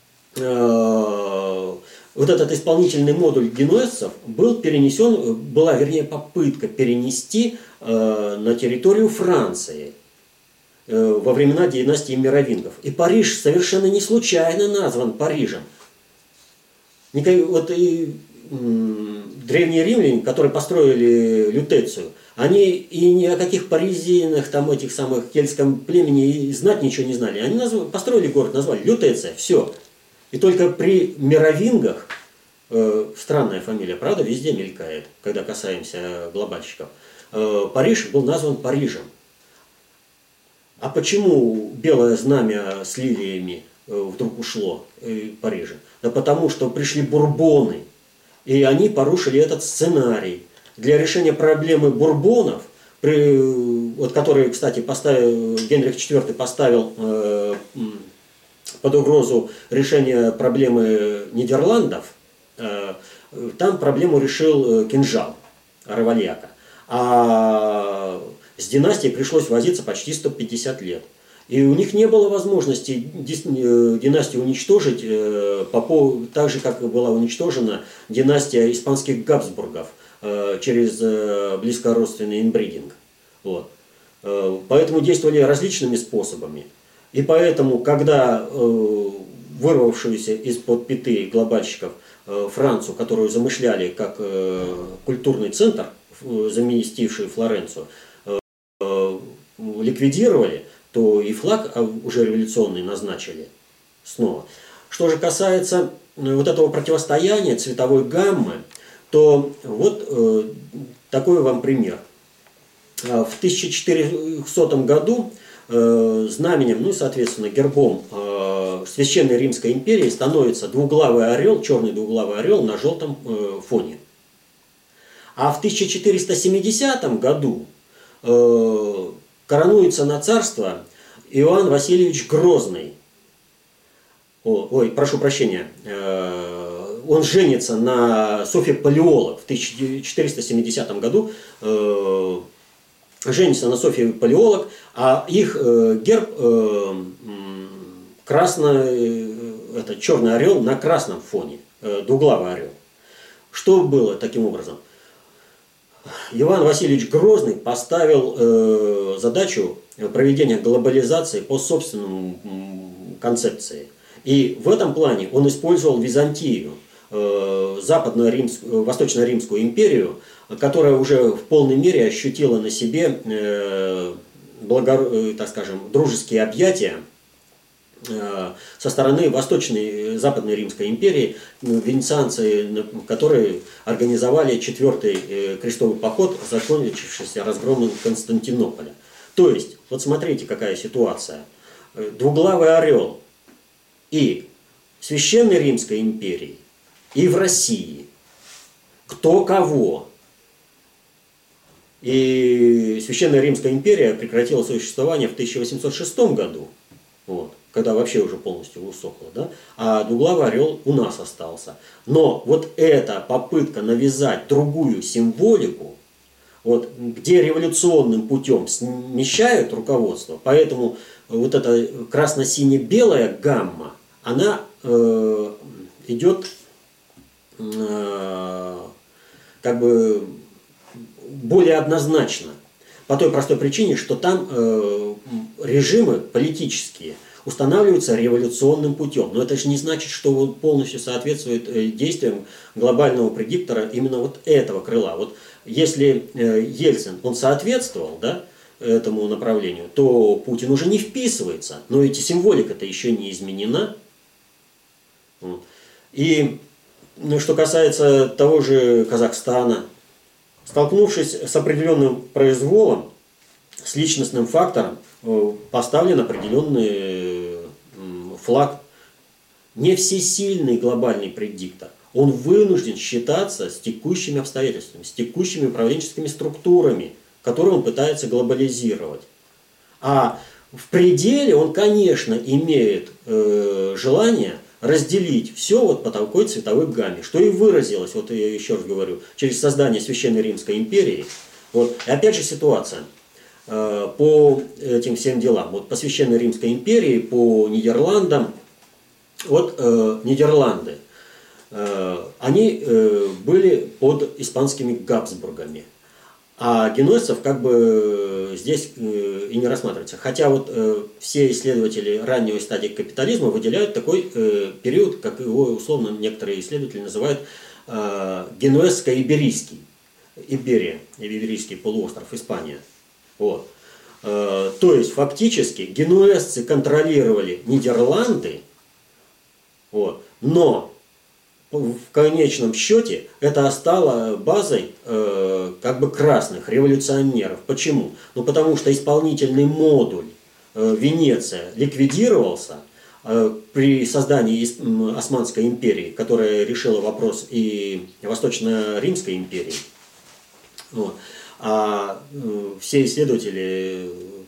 вот этот исполнительный модуль генуэзцев был перенесен, была, вернее, попытка перенести на территорию Франции во времена династии Меровингов. И Париж совершенно не случайно назван Парижем. Вот и древние римляне, которые построили Лютецию, они и ни о каких паризинах, там этих самых кельтском племени и знать ничего не знали. Они построили город, назвали Лютеция, все. И только при мировингах, странная фамилия, правда, везде мелькает, когда касаемся глобальщиков, Париж был назван Парижем. А почему белое знамя с лилиями вдруг ушло в Париже? Да потому что пришли бурбоны, и они порушили этот сценарий. Для решения проблемы бурбонов, вот которые, кстати, Генрих IV поставил под угрозу решения проблемы Нидерландов, там проблему решил кинжал Равальяка. А с династией пришлось возиться почти 150 лет. И у них не было возможности династию уничтожить, так же, как была уничтожена династия испанских Габсбургов через близкородственный инбридинг. Вот. Поэтому действовали различными способами. И поэтому, когда вырвавшуюся из-под пяты глобальщиков Францию, которую замышляли как культурный центр, заместивший Флоренцию, ликвидировали, то и флаг уже революционный назначили снова. Что же касается вот этого противостояния цветовой гаммы, то вот такой вам пример. В 1400 году знаменем, ну и, соответственно, гербом Священной Римской империи становится двуглавый орел, черный двуглавый орел на желтом фоне. А в 1470 году коронуется на царство Иоанн Васильевич Грозный. Ой, прошу прощения. Он женится на Софье Палеолог в 1470 году. Женится на Софье Палеолог, а их герб это черный орел на красном фоне, двуглавый орел. Что было таким образом? Иван Васильевич Грозный поставил задачу проведения глобализации по собственному концепции. И в этом плане он использовал Византию, Восточно-Римскую империю, которая уже в полной мере ощутила на себе, так скажем, дружеские объятия со стороны Восточной Западной Римской империи, венецианцы, которые организовали четвертый крестовый поход, закончившийся разгромом Константинополя. То есть, вот смотрите, какая ситуация. Двуглавый орел и в Священной Римской империи, и в России. Кто кого? И Священная Римская империя прекратила существование в 1806 году. Вот, когда вообще уже полностью усохла, да? А двуглавый орел у нас остался. Но вот эта попытка навязать другую символику, вот, где революционным путем смещают руководство, поэтому вот эта красно-сине-белая гамма, она идет как бы более однозначно. По той простой причине, что там режимы политические устанавливаются революционным путем. Но это же не значит, что он полностью соответствует действиям глобального предиктора именно вот этого крыла. Вот если Ельцин, он соответствовал, да, этому направлению, то Путин уже не вписывается. Но ведь символика-то еще не изменена. И что касается того же Казахстана, столкнувшись с определенным произволом, с личностным фактором, поставлен определенный флаг. Не всесильный глобальный предиктор. Он вынужден считаться с текущими обстоятельствами, с текущими управленческими структурами, которые он пытается глобализировать. А в пределе он, конечно, имеет желание разделить все вот по такой цветовой гамме, что и выразилось, вот я еще раз говорю, через создание Священной Римской империи. Вот. И опять же ситуация по этим всем делам. Вот по Священной Римской империи, по Нидерландам. Вот Нидерланды, они были под испанскими Габсбургами. А генуэзцев как бы здесь и не рассматривается. Хотя вот все исследователи ранней стадии капитализма выделяют такой период, как его условно некоторые исследователи называют Генуэзско-Иберийский. Иберия, Иберийский полуостров, Испания. Вот. То есть фактически генуэзцы контролировали Нидерланды, вот, но в конечном счете это стало базой как бы красных революционеров. Почему? Ну потому что исполнительный модуль Венеция ликвидировался при создании Османской империи, которая решила вопрос и Восточно-Римской империи. Вот. А все исследователи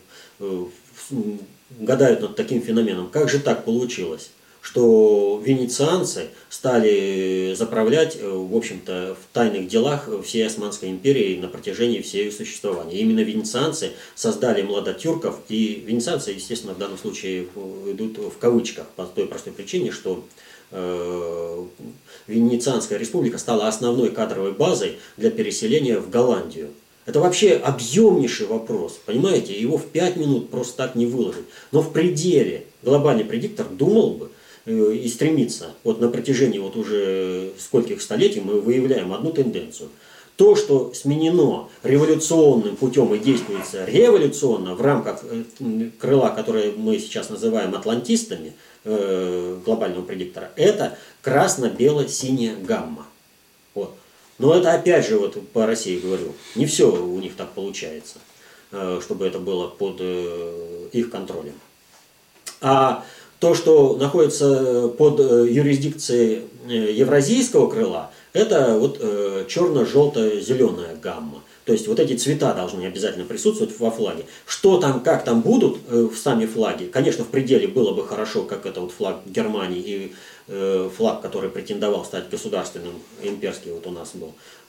гадают над таким феноменом. Как же так получилось, что венецианцы стали заправлять, в общем-то, в тайных делах всей Османской империи на протяжении всей ее существования. Именно венецианцы создали младотюрков, и венецианцы, естественно, в данном случае идут в кавычках, по той простой причине, что Венецианская республика стала основной кадровой базой для переселения в Голландию. Это вообще объемнейший вопрос, понимаете, его в 5 минут просто так не выложить. Но в пределе глобальный предиктор думал бы и стремится, вот на протяжении вот уже скольких столетий мы выявляем одну тенденцию. То, что сменено революционным путем и действуется революционно в рамках крыла, которое мы сейчас называем атлантистами, глобального предиктора, это красно-бело-синяя гамма. Вот. Но это опять же, вот по России говорю, не все у них так получается, чтобы это было под их контролем. А то, что находится под юрисдикцией евразийского крыла, это вот черно-желто-зеленая гамма. То есть вот эти цвета должны обязательно присутствовать во флаге. Что там, как там будут в сами флаги, конечно, в пределе было бы хорошо, как это вот флаг Германии и флаг, который претендовал стать государственным, имперский вот у нас был,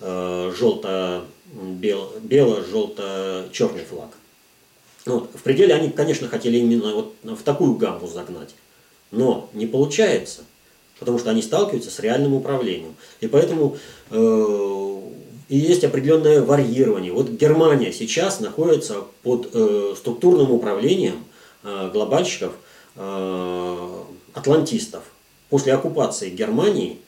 бело-желто-черный флаг. Вот. В пределе они, конечно, хотели именно вот в такую гамму загнать, но не получается, потому что они сталкиваются с реальным управлением. И поэтому и есть определенное варьирование. Вот Германия сейчас находится под структурным управлением глобальщиков, атлантистов. После оккупации Германии,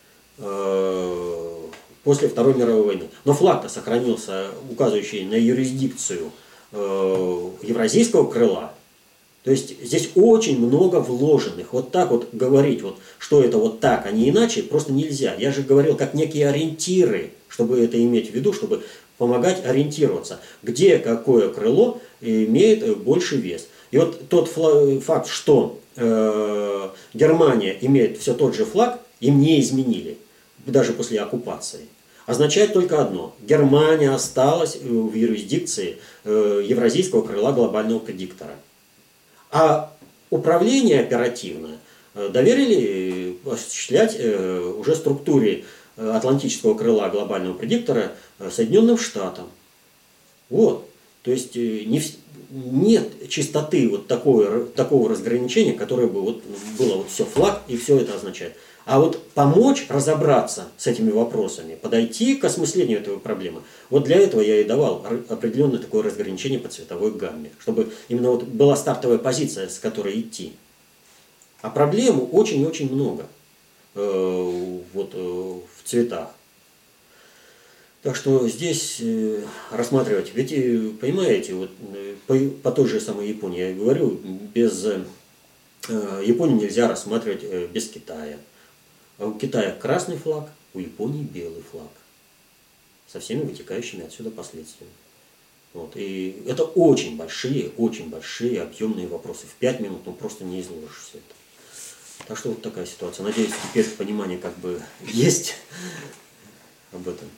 после Второй мировой войны. Но флаг-то сохранился, указывающий на юрисдикцию евразийского крыла. То есть здесь очень много вложенных. Вот так вот говорить, вот, что это вот так, а не иначе, просто нельзя. Я же говорил, как некие ориентиры, чтобы это иметь в виду, чтобы помогать ориентироваться, где какое крыло имеет больший вес. И вот тот факт, что Германия имеет все тот же флаг, им не изменили, даже после оккупации. Означает только одно. Германия осталась в юрисдикции евразийского крыла глобального предиктора. А управление оперативное доверили осуществлять уже структуре атлантического крыла глобального предиктора Соединенным Штатам. Вот. То есть нет чистоты вот такого разграничения, которое бы вот было вот все флаг и все это означает. А вот помочь разобраться с этими вопросами, подойти к осмыслению этой проблемы, вот для этого я и давал определенное такое разграничение по цветовой гамме, чтобы именно вот была стартовая позиция, с которой идти. А проблем очень-очень много вот в цветах. Так что здесь рассматривать, ведь понимаете, вот по той же самой Японии, я говорю, без Японии нельзя рассматривать без Китая. А у Китая красный флаг, у Японии белый флаг. Со всеми вытекающими отсюда последствиями. Вот. И это очень большие, объемные вопросы. В 5 минут просто не изложишь все это. Так что вот такая ситуация. Надеюсь, теперь понимание как бы есть об этом.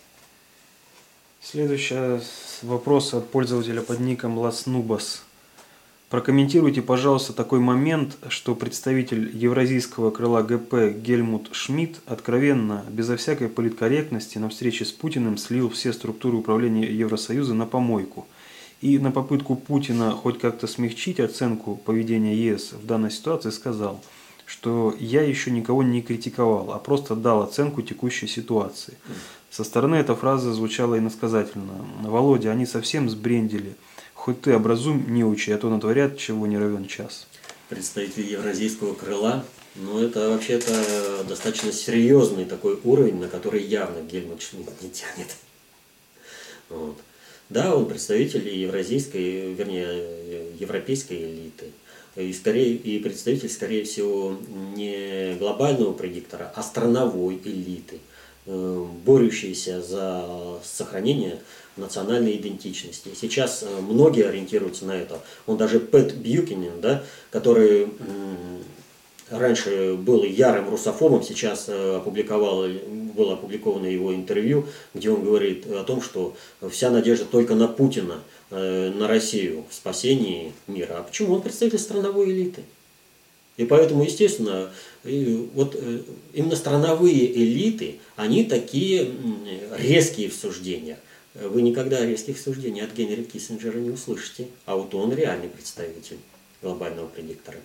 Следующий вопрос от пользователя под ником LasNubas. Прокомментируйте, пожалуйста, такой момент, что представитель евразийского крыла ГП Гельмут Шмидт откровенно, безо всякой политкорректности, на встрече с Путиным слил все структуры управления Евросоюза на помойку. И на попытку Путина хоть как-то смягчить оценку поведения ЕС в данной ситуации сказал, что я еще никого не критиковал, а просто дал оценку текущей ситуации. Со стороны эта фраза звучала иносказательно. Володя, они совсем сбрендили. Хоть ты образуй, не учи, а то натворят чего не равен час. Представитель евразийского крыла Ну, это вообще-то достаточно серьезный такой уровень, на который явно Гельмут Шмидт не тянет. Вот. Да, он представитель евразийской, вернее, европейской элиты. И представитель, скорее всего, не глобального предиктора, а страновой элиты, борющейся за сохранение национальной идентичности. Сейчас многие ориентируются на это. Он даже Пэт Бьюкинен, да, который раньше был ярым русофобом, сейчас было опубликовано его интервью, где он говорит о том, что вся надежда только на Путина, на Россию в спасении мира. А почему? Он представитель страновой элиты. И поэтому, естественно, вот именно страновые элиты, они такие резкие в суждениях. Вы никогда резких суждений от Генри Киссинджера не услышите, а вот он реальный представитель глобального предиктора.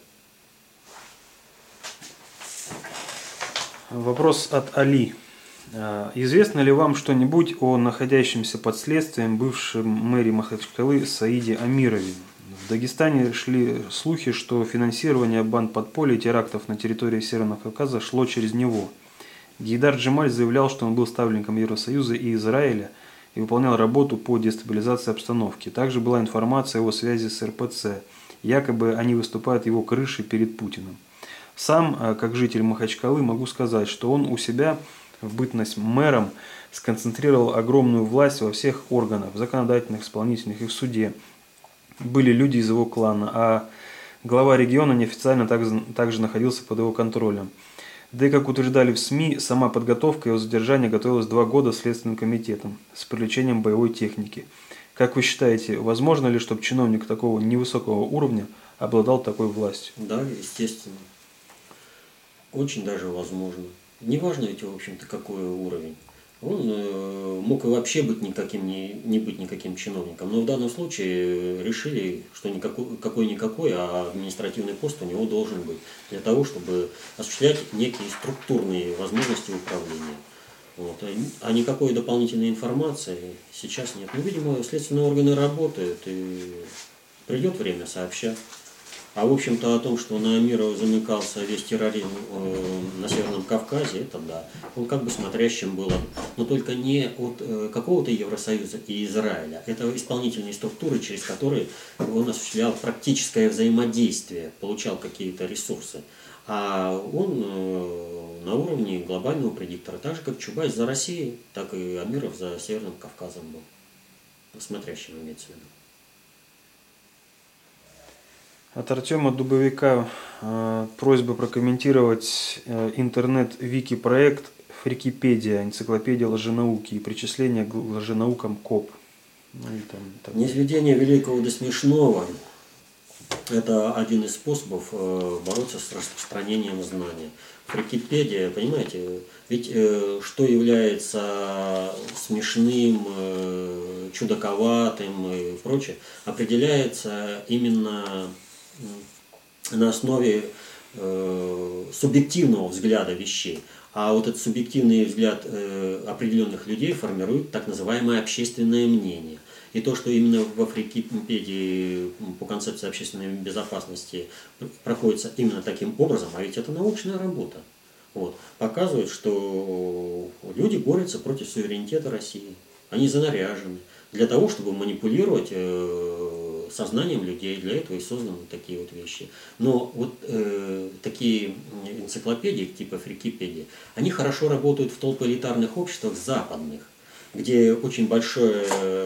Вопрос от Али. Известно ли вам что-нибудь о находящемся под следствием бывшем мэре Махачкалы Саиде Амирове? В Дагестане шли слухи, что финансирование банд подполья и терактов на территории Северного Кавказа шло через него. Гейдар Джемаль заявлял, что он был ставленником Евросоюза и Израиля и выполнял работу по дестабилизации обстановки. Также была информация о его связи с РПЦ. Якобы они выступают его крышей перед Путиным. Сам, как житель Махачкалы, могу сказать, что он у себя в бытность мэром сконцентрировал огромную власть во всех органах, законодательных, исполнительных и в суде. Были люди из его клана, а глава региона неофициально также находился под его контролем. Да и, как утверждали в СМИ, сама подготовка его задержания готовилась 2 года Следственным комитетом с привлечением боевой техники. Как вы считаете, возможно ли, чтобы чиновник такого невысокого уровня обладал такой властью? Да, естественно. Очень даже возможно. Неважно ведь, в общем-то, какой уровень. Он мог и вообще быть не быть никаким чиновником. Но в данном случае решили, что какой-никакой, а административный пост у него должен быть. Для того, чтобы осуществлять некие структурные возможности управления. Вот. А никакой дополнительной информации сейчас нет. Ну, видимо, следственные органы работают, и придет время, сообщат. А в общем-то о том, что на Амирова замыкался весь терроризм на Северном Кавказе, это да. Он как бы смотрящим был, но только не от какого-то Евросоюза и Израиля. Это исполнительные структуры, через которые он осуществлял практическое взаимодействие, получал какие-то ресурсы. А он на уровне глобального предиктора, так же как Чубайс за Россией, так и Амиров за Северным Кавказом был. Смотрящим имеется в виду. От Артема Дубовика просьба прокомментировать интернет-вики-проект Фрикипедия, энциклопедия лженауки и причисление к лженаукам КОП. Ну, Низведение великого до смешного – это один из способов бороться с распространением знания. Фрикипедия, понимаете, ведь что является смешным, чудаковатым и прочее, определяется именно на основе субъективного взгляда вещей. А вот этот субъективный взгляд определенных людей формирует так называемое общественное мнение. И то, что именно во Фрикипедии по концепции общественной безопасности проходится именно таким образом, а ведь это научная работа, вот, показывает, что люди борются против суверенитета России. Они занаряжены для того, чтобы манипулировать сознанием людей. Для этого и созданы такие вот вещи. Но вот такие энциклопедии, типа Фрикипедии, они хорошо работают в толпоэлитарных обществах западных, где очень большое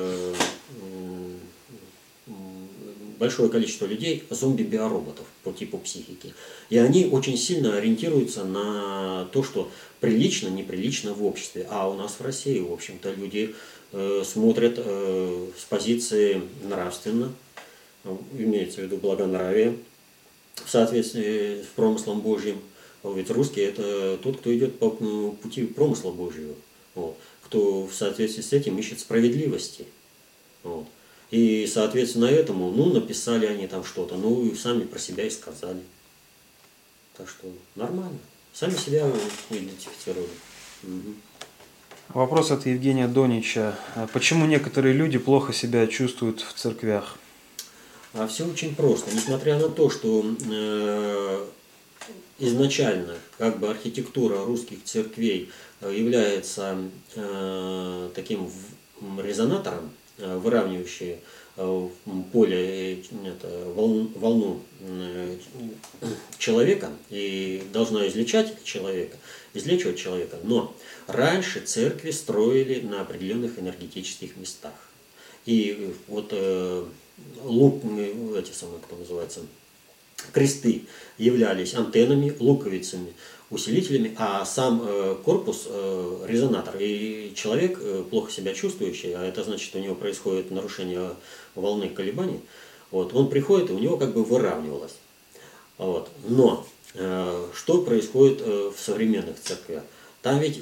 количество людей зомби-биороботов по типу психики. И они очень сильно ориентируются на то, что прилично, неприлично в обществе. А у нас в России, в общем-то, люди смотрят с позиции нравственно, имеется в виду благонравие, в соответствии с промыслом Божьим. Ведь русский – это тот, кто идет по пути промысла Божьего, вот, кто в соответствии с этим ищет справедливости. Вот. И, соответственно, этому, написали они там что-то, и сами про себя и сказали. Так что нормально. Сами себя идентифицировали. Угу. Вопрос от Евгения Донича. Почему некоторые люди плохо себя чувствуют в церквях? А все очень просто. Несмотря на то, что изначально как бы архитектура русских церквей является таким резонатором, выравнивающий поле, волну человека и должна излечивать человека, но раньше церкви строили на определенных энергетических местах. И вот эти самые, кто называется, кресты являлись антеннами, луковицами, усилителями, а сам корпус резонатор. И человек, плохо себя чувствующий, а это значит, что у него происходит нарушение волны колебаний, вот, он приходит, и у него как бы выравнивалось. Вот. Но что происходит в современных церквях? Там ведь,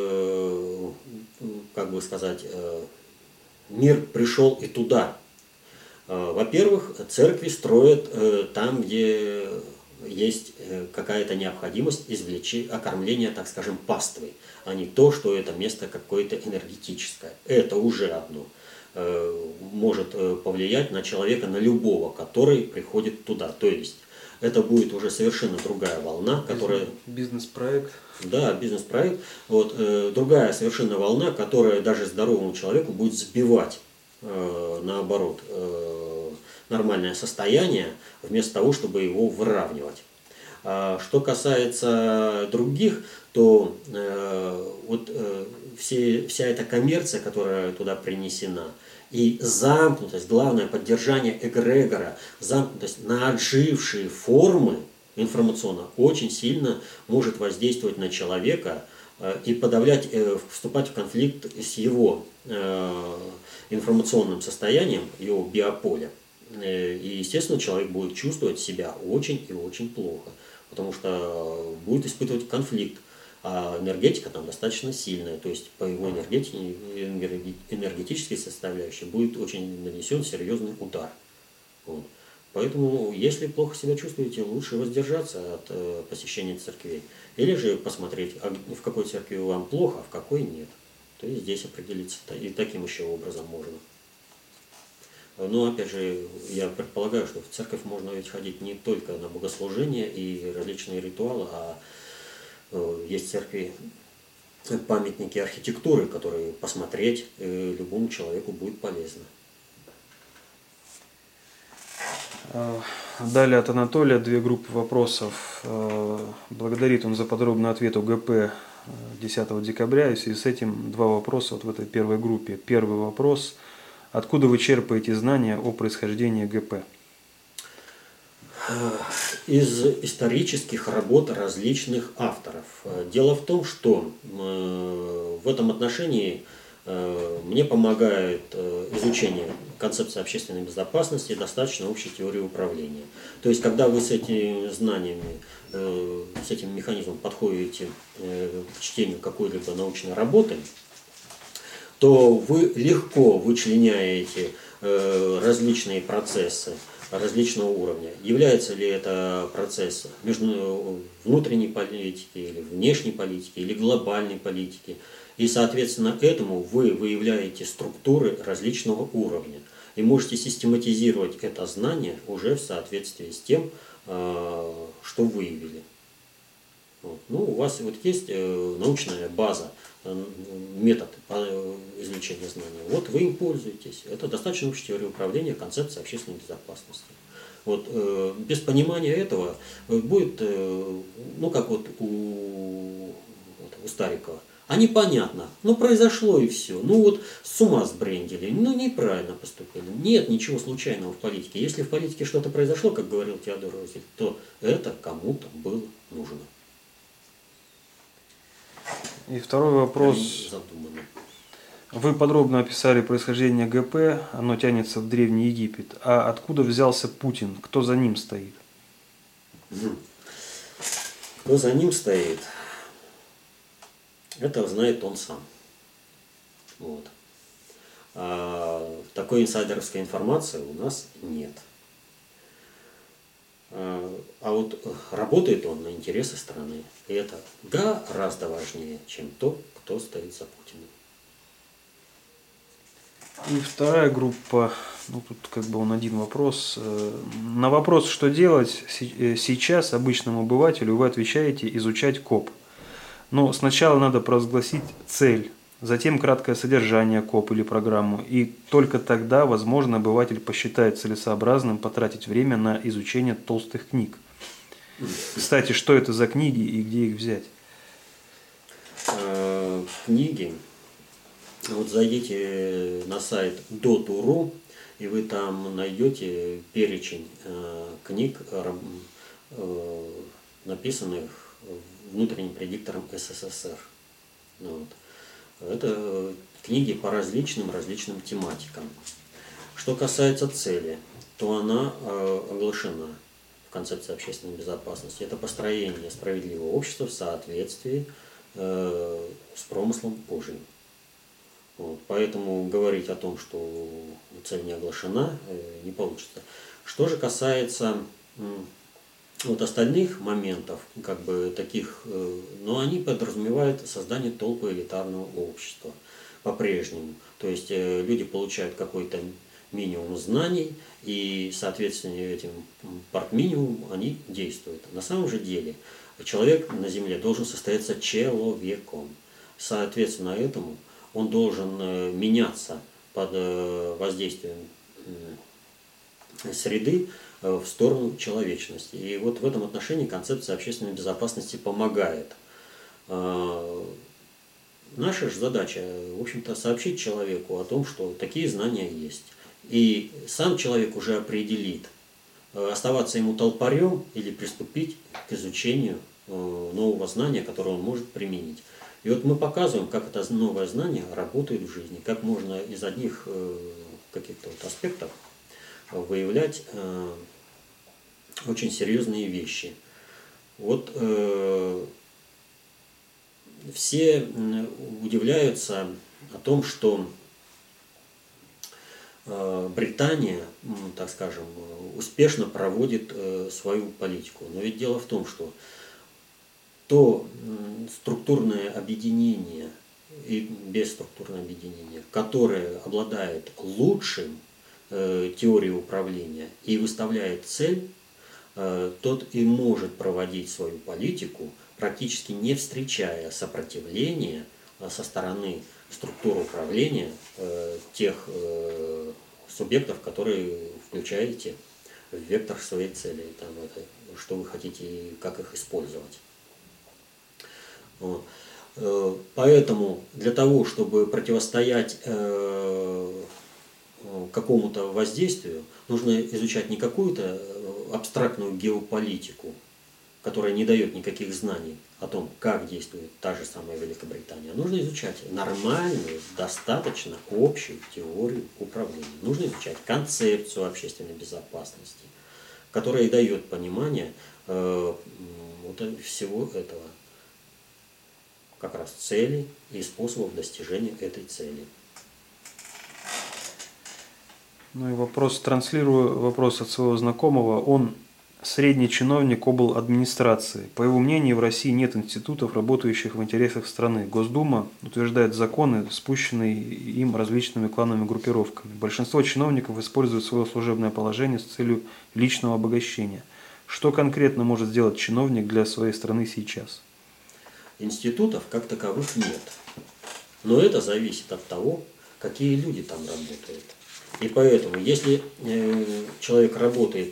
как бы сказать, мир пришел и туда. Во-первых, церкви строят там, где есть какая-то необходимость окормления, так скажем, паствой, а не то, что это место какое-то энергетическое. Это уже одно может повлиять на человека, на любого, который приходит туда. То есть это будет уже совершенно другая волна, которая... Бизнес-проект. Да, бизнес-проект. Вот, другая совершенно волна, которая даже здоровому человеку будет сбивать, наоборот, нормальное состояние, вместо того, чтобы его выравнивать. Что касается других, то вся эта коммерция, которая туда принесена, и замкнутость, главное поддержание эгрегора, замкнутость на отжившие формы информационно очень сильно может воздействовать на человека и подавлять, вступать в конфликт с его информационным состоянием, его биополя. И, естественно, человек будет чувствовать себя очень и очень плохо, потому что будет испытывать конфликт. А энергетика там достаточно сильная, то есть по его энергетической составляющей будет очень нанесен серьезный удар. Вот. Поэтому, если плохо себя чувствуете, лучше воздержаться от посещения церквей. Или же посмотреть, в какой церкви вам плохо, а в какой нет. То есть здесь определиться, и таким еще образом можно. Но опять же, я предполагаю, что в церковь можно ведь ходить не только на богослужения и различные ритуалы, а есть церкви, памятники архитектуры, которые посмотреть любому человеку будет полезно. Далее от Анатолия 2 группы вопросов. Благодарит он за подробный ответ о ГП 10 декабря. И в связи с этим 2 вопроса вот в этой первой группе. Первый вопрос. Откуда вы черпаете знания о происхождении ГП? Из исторических работ различных авторов. Дело в том, что в этом отношении мне помогает изучение концепции общественной безопасности и достаточно общей теории управления. То есть, когда вы с этими знаниями, с этим механизмом подходите к чтению какой-либо научной работы, то вы легко вычленяете различные процессы различного уровня. Является ли это процесс внутренней политики, или внешней политики, или глобальной политики. И, соответственно, этому вы выявляете структуры различного уровня. И можете систематизировать это знание уже в соответствии с тем, что выявили. Вот. Ну, у вас вот есть научная база, метод извлечения знаний. Вот вы им пользуетесь. Это достаточно общая теория управления, концепция общественной безопасности. Вот, без понимания этого будет, ну как вот у Старикова, а непонятно, ну произошло и все, ну вот с ума сбрендили, ну неправильно поступили. Нет ничего случайного в политике. Если в политике что-то произошло, как говорил Теодор Рузвельт, то это кому-то было нужно. И второй вопрос. Вы подробно описали происхождение ГП, оно тянется в Древний Египет. А откуда взялся Путин? Кто за ним стоит? Кто за ним стоит? Это знает он сам. Вот. Такой инсайдерской информации у нас нет. А вот работает он на интересы страны. И это гораздо важнее, чем то, кто стоит за Путиным. И вторая группа Ну, тут как бы он один вопрос. На вопрос, что делать сейчас обычному обывателю, вы отвечаете изучать КОП. Но сначала надо провозгласить цель, затем краткое содержание КОП или программу, и только тогда, возможно, обыватель посчитает целесообразным потратить время на изучение толстых книг. Кстати, что это за книги и где их взять? Книги. Вот зайдите на сайт dotu.ru, и вы там найдете перечень книг, написанных внутренним предиктором СССР. Вот. Это книги по различным тематикам. Что касается цели, то она оглашена в концепции общественной безопасности. Это построение справедливого общества в соответствии с промыслом Божьим. Вот. Поэтому говорить о том, что цель не оглашена, не получится. Что же касается вот остальных моментов, как бы таких, но они подразумевают создание толпы элитарного общества по-прежнему. То есть люди получают какой-то минимум знаний, и, соответственно, этим партминимум они действуют. На самом же деле человек на Земле должен состояться человеком. Соответственно, этому он должен меняться под воздействием среды в сторону человечности. И вот в этом отношении концепция общественной безопасности помогает. Наша же задача, в общем-то, сообщить человеку о том, что такие знания есть. И сам человек уже определит, оставаться ему толпарем или приступить к изучению нового знания, которое он может применить. И вот мы показываем, как это новое знание работает в жизни, как можно из одних каких-то вот аспектов выявлять очень серьезные вещи. Вот все удивляются о том, что Британия, так скажем, успешно проводит свою политику. Но ведь дело в том, что то структурное объединение и бесструктурное объединение, которое обладает лучшим теорией управления и выставляет цель, тот и может проводить свою политику, практически не встречая сопротивления со стороны структуры управления тех субъектов, которые включаете в вектор своей цели, там, это, что вы хотите и как их использовать. Вот. Поэтому для того, чтобы противостоять какому-то воздействию, нужно изучать не какую-то абстрактную геополитику, которая не дает никаких знаний о том, как действует та же самая Великобритания. Нужно изучать нормальную, достаточно общую теорию управления. Нужно изучать концепцию общественной безопасности, которая и дает понимание вот всего этого, как раз целей и способов достижения этой цели. Ну и вопрос, транслирую вопрос от своего знакомого. Он средний чиновник обл. Администрации. По его мнению, в России нет институтов, работающих в интересах страны. Госдума утверждает законы, спущенные им различными клановыми группировками. Большинство чиновников используют свое служебное положение с целью личного обогащения. Что конкретно может сделать чиновник для своей страны сейчас? Институтов как таковых нет. Но это зависит от того, какие люди там работают. И поэтому, если человек работает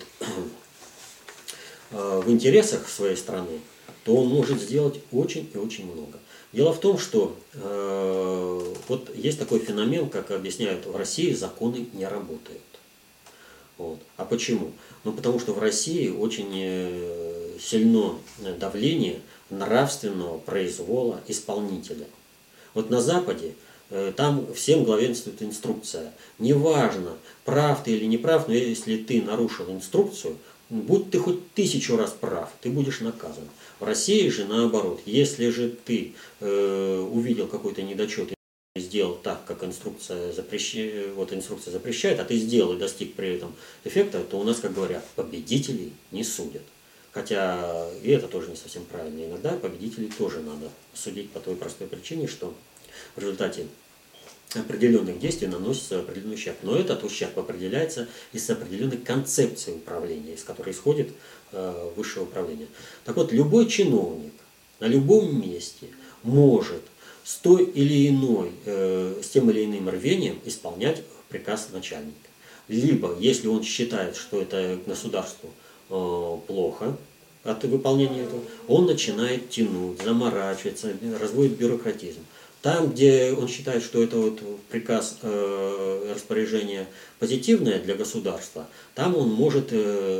в интересах своей страны, то он может сделать очень и очень много. Дело в том, что вот есть такой феномен, как объясняют в России, законы не работают. Вот. А почему? Ну, потому что в России очень сильно давление нравственного произвола исполнителя. Вот на Западе там всем главенствует инструкция. Неважно, прав ты или не прав, но если ты нарушил инструкцию, будь ты хоть 1000 раз прав, ты будешь наказан. В России же наоборот. Если же ты увидел какой-то недочет и сделал так, как инструкция запрещает, а ты сделал и достиг при этом эффекта, то у нас, как говорят, победителей не судят. Хотя и это тоже не совсем правильно. Иногда победителей тоже надо судить по той простой причине, что в результате определенных действий наносится определенный ущерб. Но этот ущерб определяется из определенной концепции управления, из которой исходит высшее управление. Так вот, любой чиновник на любом месте может с тем или иным рвением исполнять приказ начальника. Либо, если он считает, что это государству плохо от выполнения этого, он начинает тянуть, заморачиваться, разводит бюрократизм. Там, где он считает, что это вот приказ распоряжение позитивное для государства, там он может,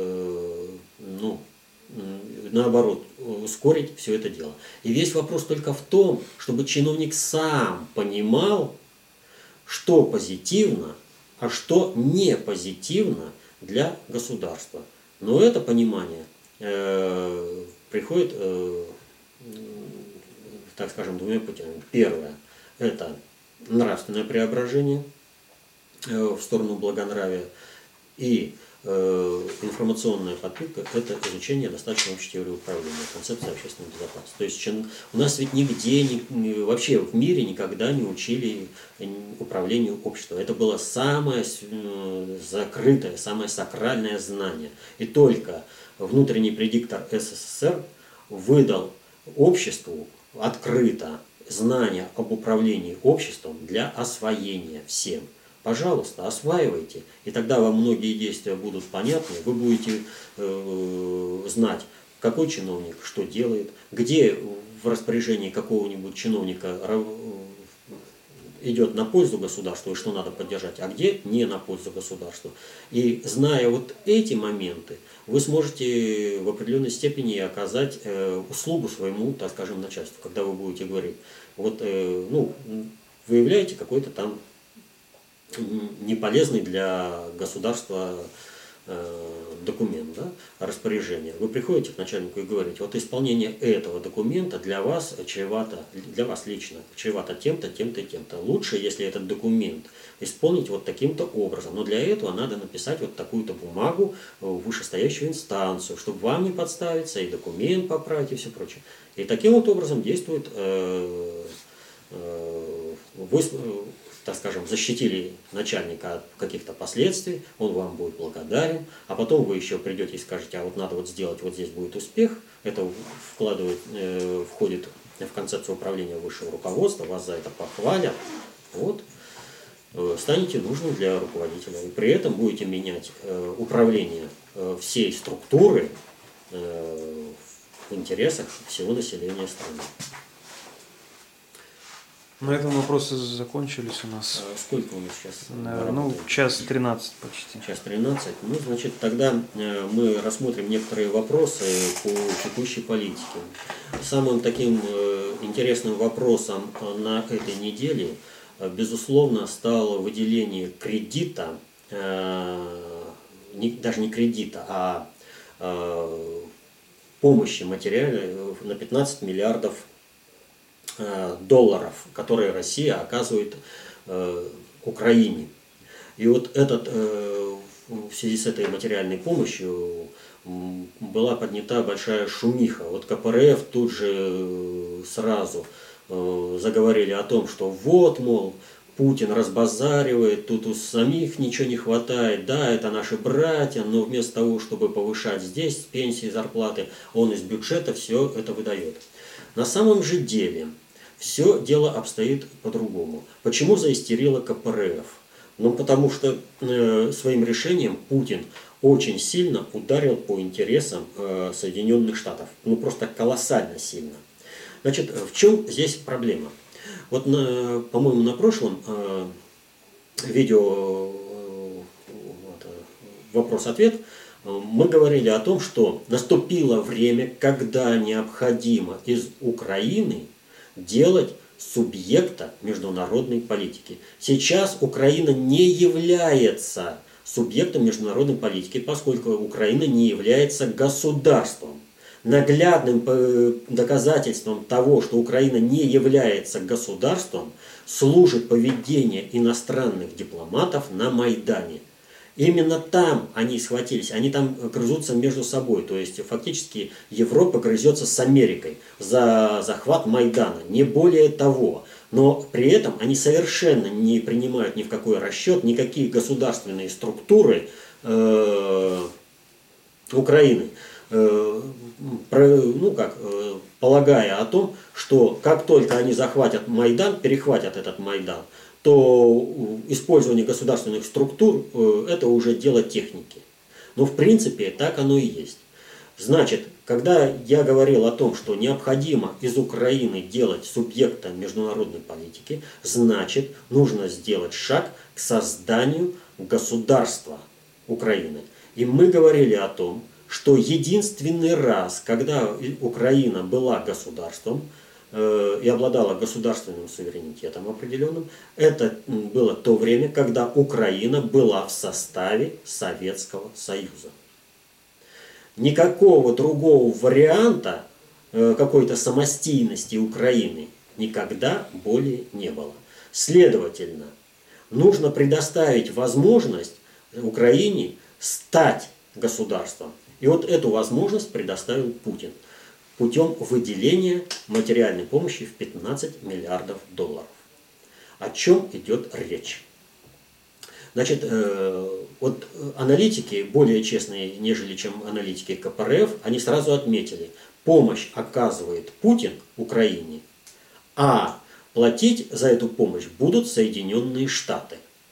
наоборот, ускорить все это дело. И весь вопрос только в том, чтобы чиновник сам понимал, что позитивно, а что не позитивно для государства. Но это понимание приходит, так скажем, двумя путями. Первое – это нравственное преображение в сторону благонравия. И информационная подпитка – это изучение достаточно общей теории управления, концепции общественной безопасности. То есть у нас ведь нигде, вообще в мире никогда не учили управлению обществом. Это было самое закрытое, самое сакральное знание. И только внутренний предиктор СССР выдал обществу открыто знания об управлении обществом для освоения всем. Пожалуйста, осваивайте, и тогда вам многие действия будут понятны, вы будете знать, какой чиновник что делает, где в распоряжении какого-нибудь чиновника идет на пользу государству и что надо поддержать, а где не на пользу государству. И зная вот эти моменты, вы сможете в определенной степени оказать услугу своему, так скажем, начальству, когда вы будете говорить, вот, выявляете какой-то там неполезный для государства документ, да, распоряжение. Вы приходите к начальнику и говорите, вот исполнение этого документа для вас чревато, для вас лично чревато тем-то, тем-то и тем-то. Лучше, если этот документ исполнить вот таким-то образом. Но для этого надо написать вот такую-то бумагу в вышестоящую инстанцию, чтобы вам не подставиться, и документ поправить, и все прочее. И таким вот образом действует так скажем, защитили начальника от каких-то последствий, он вам будет благодарен, а потом вы еще придете и скажете, а вот надо вот сделать, вот здесь будет успех, это входит в концепцию управления высшего руководства, вас за это похвалят, вот, станете нужным для руководителя. И при этом будете менять управление всей структуры в интересах всего населения страны. На этом вопросы закончились у нас. Сколько у нас сейчас? Час 13 почти. Час 13. Значит, тогда мы рассмотрим некоторые вопросы по текущей политике. Самым таким интересным вопросом на этой неделе, безусловно, стало выделение кредита, даже не кредита, а помощи материальной на 15 миллиардов долларов, которые Россия оказывает Украине. И вот в связи с этой материальной помощью была поднята большая шумиха. Вот КПРФ тут же сразу заговорили о том, что вот, мол, Путин разбазаривает, тут у самих ничего не хватает, да, это наши братья, но вместо того, чтобы повышать здесь пенсии, зарплаты, он из бюджета все это выдает. На самом же деле все дело обстоит по-другому. Почему заистерила КПРФ? Потому что своим решением Путин очень сильно ударил по интересам Соединенных Штатов. Просто колоссально сильно. Значит, в чем здесь проблема? Вот, по-моему, на прошлом видео вопрос-ответ мы говорили о том, что наступило время, когда необходимо из Украины делать субъекта международной политики. Сейчас Украина не является субъектом международной политики, поскольку Украина не является государством. Наглядным доказательством того, что Украина не является государством, служит поведение иностранных дипломатов на Майдане. Именно там они схватились, они там грызутся между собой. То есть фактически Европа грызется с Америкой за захват Майдана. Не более того. Но при этом они совершенно не принимают ни в какой расчет никакие государственные структуры Украины, полагая о том, что как только они захватят Майдан, перехватят этот Майдан, то использование государственных структур это уже дело техники. Но в принципе так оно и есть. Значит, когда я говорил о том, что необходимо из Украины делать субъекта международной политики, значит, нужно сделать шаг к созданию государства Украины. И мы говорили о том, что единственный раз, когда Украина была государством и обладала государственным суверенитетом определенным, это было то время, когда Украина была в составе Советского Союза. Никакого другого варианта какой-то самостийности Украины никогда более не было. Следовательно, нужно предоставить возможность Украине стать государством. И вот эту возможность предоставил Путин путем выделения материальной помощи в 15 миллиардов долларов. О чем идет речь? Значит, вот аналитики, более честные, нежели чем аналитики КПРФ, они сразу отметили, помощь оказывает Путин Украине, а платить за эту помощь будут Соединенные Штаты.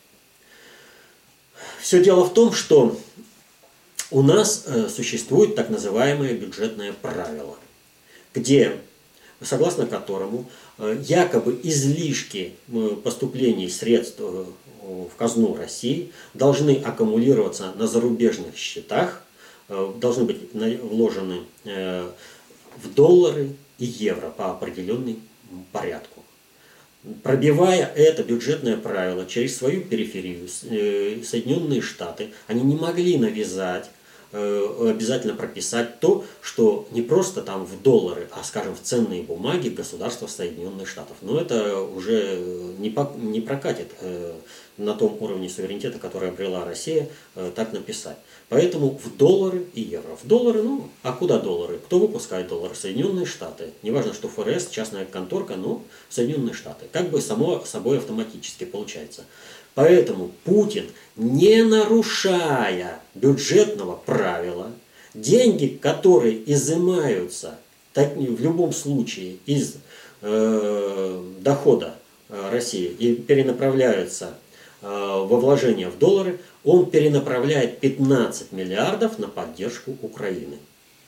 Все дело в том, что у нас существует так называемое бюджетное правило, согласно которому якобы излишки поступлений средств в казну России должны аккумулироваться на зарубежных счетах, должны быть вложены в доллары и евро по определенному порядку. Пробивая это бюджетное правило через свою периферию, Соединенные Штаты, они не могли навязать, обязательно прописать то, что не просто там в доллары, а, скажем, в ценные бумаги государства Соединенных Штатов. Но это уже не прокатит на том уровне суверенитета, который обрела Россия, так написать. Поэтому в доллары и евро. В доллары, а куда доллары? Кто выпускает доллары? Соединенные Штаты. Неважно, что ФРС, частная конторка, но Соединенные Штаты. Как бы само собой автоматически получается. Поэтому Путин, не нарушая бюджетного правила, деньги, которые изымаются в любом случае из дохода России и перенаправляются во вложения в доллары, он перенаправляет 15 миллиардов на поддержку Украины.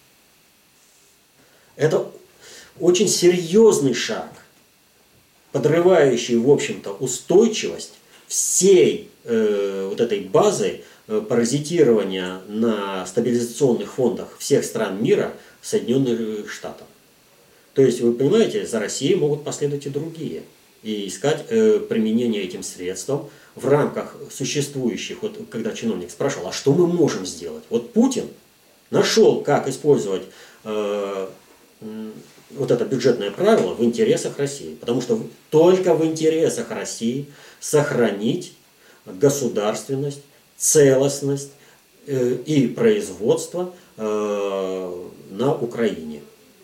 Это очень серьезный шаг, подрывающий, в общем-то, устойчивость всей вот этой базы паразитирования на стабилизационных фондах всех стран мира Соединенных Штатов. То есть, вы понимаете, за Россией могут последовать и другие. И искать применение этим средствам в рамках существующих, вот когда чиновник спрашивал, а что мы можем сделать? Вот Путин нашел, как использовать вот это бюджетное правило в интересах России. Потому что только в интересах России сохранить государственность, целостность и производство на Украине.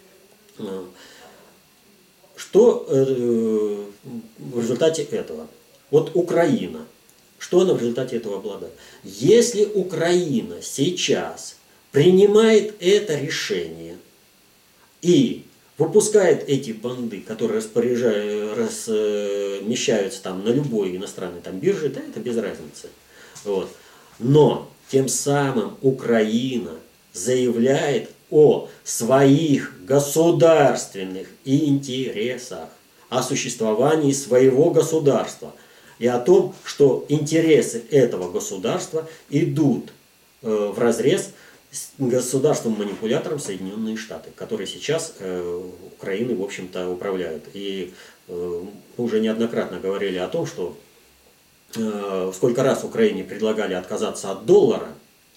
Что в результате этого? Вот Украина. Что она в результате этого обладает? Если Украина сейчас принимает это решение и выпускает эти банды, которые размещаются там на любой иностранной бирже, да, это без разницы. Вот. Но тем самым Украина заявляет о своих государственных интересах, о существовании своего государства и о том, что интересы этого государства идут вразрез с государством-манипулятором Соединенные Штаты, которые сейчас Украиной, в общем-то, управляют. И мы уже неоднократно говорили о том, что сколько раз Украине предлагали отказаться от доллара,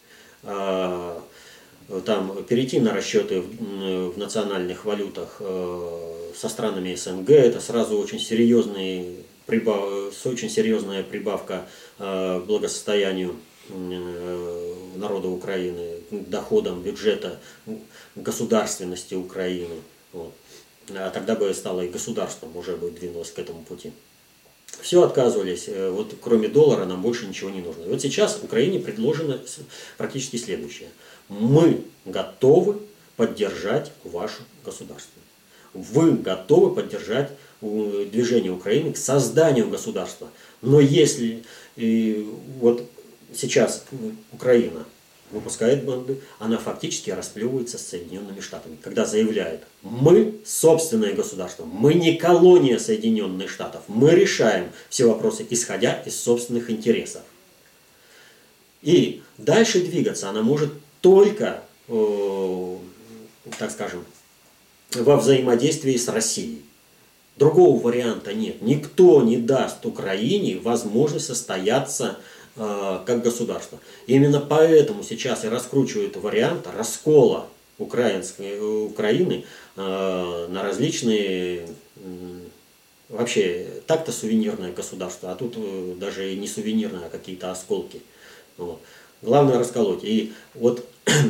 там, перейти на расчеты в национальных валютах со странами СНГ, это сразу очень серьезная прибавка к благосостоянию народа Украины, к доходам бюджета, государственности Украины. Вот. а тогда бы стало и государством, уже бы двинулось к этому пути. Все отказывались, вот кроме доллара нам больше ничего не нужно. И вот сейчас Украине предложено практически следующее. Мы готовы поддержать ваше государство. Вы готовы поддержать движение Украины к созданию государства. Но если вот сейчас Украина выпускает бомбы, она фактически расплевывается с Соединенными Штатами, когда заявляет: мы собственное государство, мы не колония Соединенных Штатов, мы решаем все вопросы, исходя из собственных интересов. И дальше двигаться она может только, так скажем, во взаимодействии с Россией. Другого варианта нет. Никто не даст Украине возможность состояться как государство. Именно поэтому сейчас и раскручивают вариант раскола Украины на различные, вообще так-то сувенирное государство, а тут даже не сувенирное, а какие-то осколки. Вот. Главное расколоть. И вот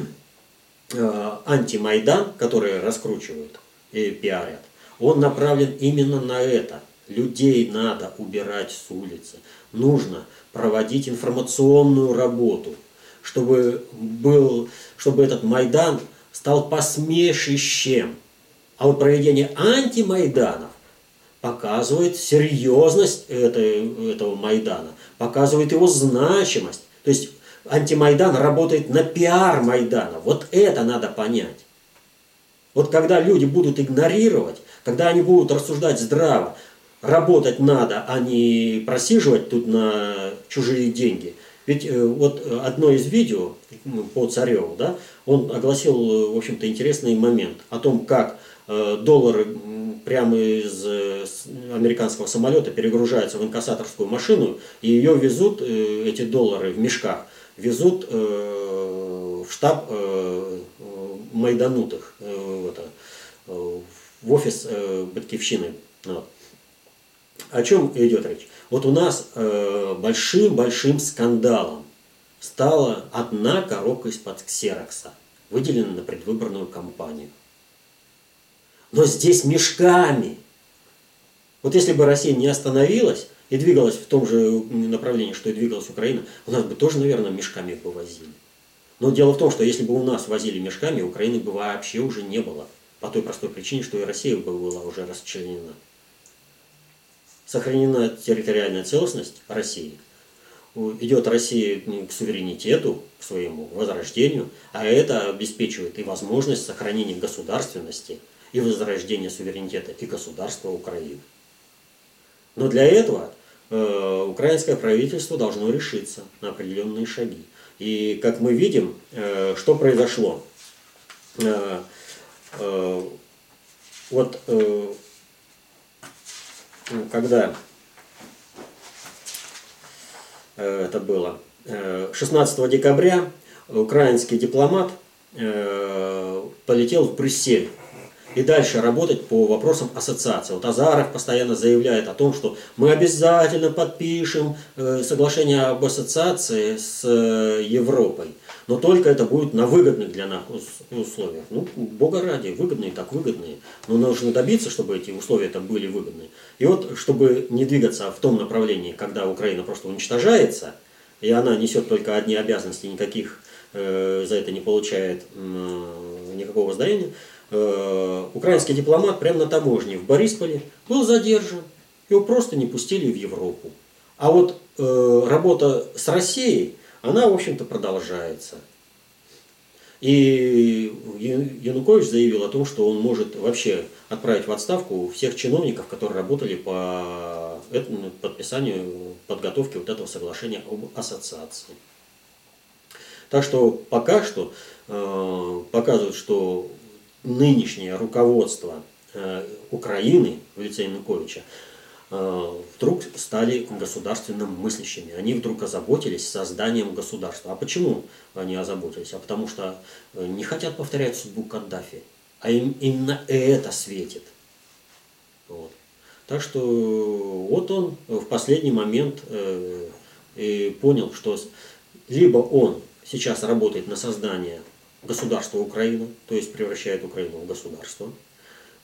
антимайдан, который раскручивают и пиарят, он направлен именно на это. Людей надо убирать с улицы. Нужно проводить информационную работу, чтобы этот Майдан стал посмешищем. А вот проведение антимайданов показывает серьезность этого Майдана, показывает его значимость. То есть антимайдан работает на пиар Майдана. Вот это надо понять. Вот когда люди будут игнорировать, когда они будут рассуждать здраво, работать надо, а не просиживать тут на чужие деньги. Ведь вот одно из видео по Цареву, да, он огласил, в общем-то, интересный момент о том, как доллары прямо из американского самолета перегружаются в инкассаторскую машину, и ее везут, эти доллары в мешках, везут в штаб майданутых, в офис Батькивщины. Вот. О чем идет речь? Вот у нас большим-большим скандалом стала одна коробка из-под ксерокса, выделена на предвыборную кампанию. Но здесь мешками. Вот если бы Россия не остановилась и двигалась в том же направлении, что и двигалась Украина, у нас бы тоже, наверное, мешками бы возили. Но дело в том, что если бы у нас возили мешками, Украины бы вообще уже не было. По той простой причине, что и Россия бы была уже расчленена. Сохранена территориальная целостность России. Идет Россия к суверенитету, к своему возрождению, а это обеспечивает и возможность сохранения государственности, и возрождения суверенитета и государства Украины. Но для этого украинское правительство должно решиться на определенные шаги. И как мы видим, что произошло. Вот когда это было 16 декабря, украинский дипломат полетел в Брюссель и дальше работать по вопросам ассоциации. Вот Азаров постоянно заявляет о том, что мы обязательно подпишем соглашение об ассоциации с Европой, но только это будет на выгодных для нас условиях. Ну, бога ради, выгодные так выгодные, но нужно добиться, чтобы эти условия-то были выгодные. И вот, чтобы не двигаться в том направлении, когда Украина просто уничтожается, и она несет только одни обязанности, никаких за это не получает никакого воздаяния, украинский дипломат прямо на таможне в Борисполе был задержан, его просто не пустили в Европу. А вот работа с Россией, она, в общем-то, продолжается. И Янукович заявил о том, что он может вообще отправить в отставку всех чиновников, которые работали по подписанию, подготовке вот этого соглашения об ассоциации. Так что пока что показывает, что нынешнее руководство Украины в лице Януковича вдруг стали государственно мыслящими. Они вдруг озаботились созданием государства. А почему они озаботились? А потому что не хотят повторять судьбу Каддафи. А им именно это светит. Вот. Так что вот он в последний момент и понял, что либо он сейчас работает на создание государства Украины, то есть превращает Украину в государство,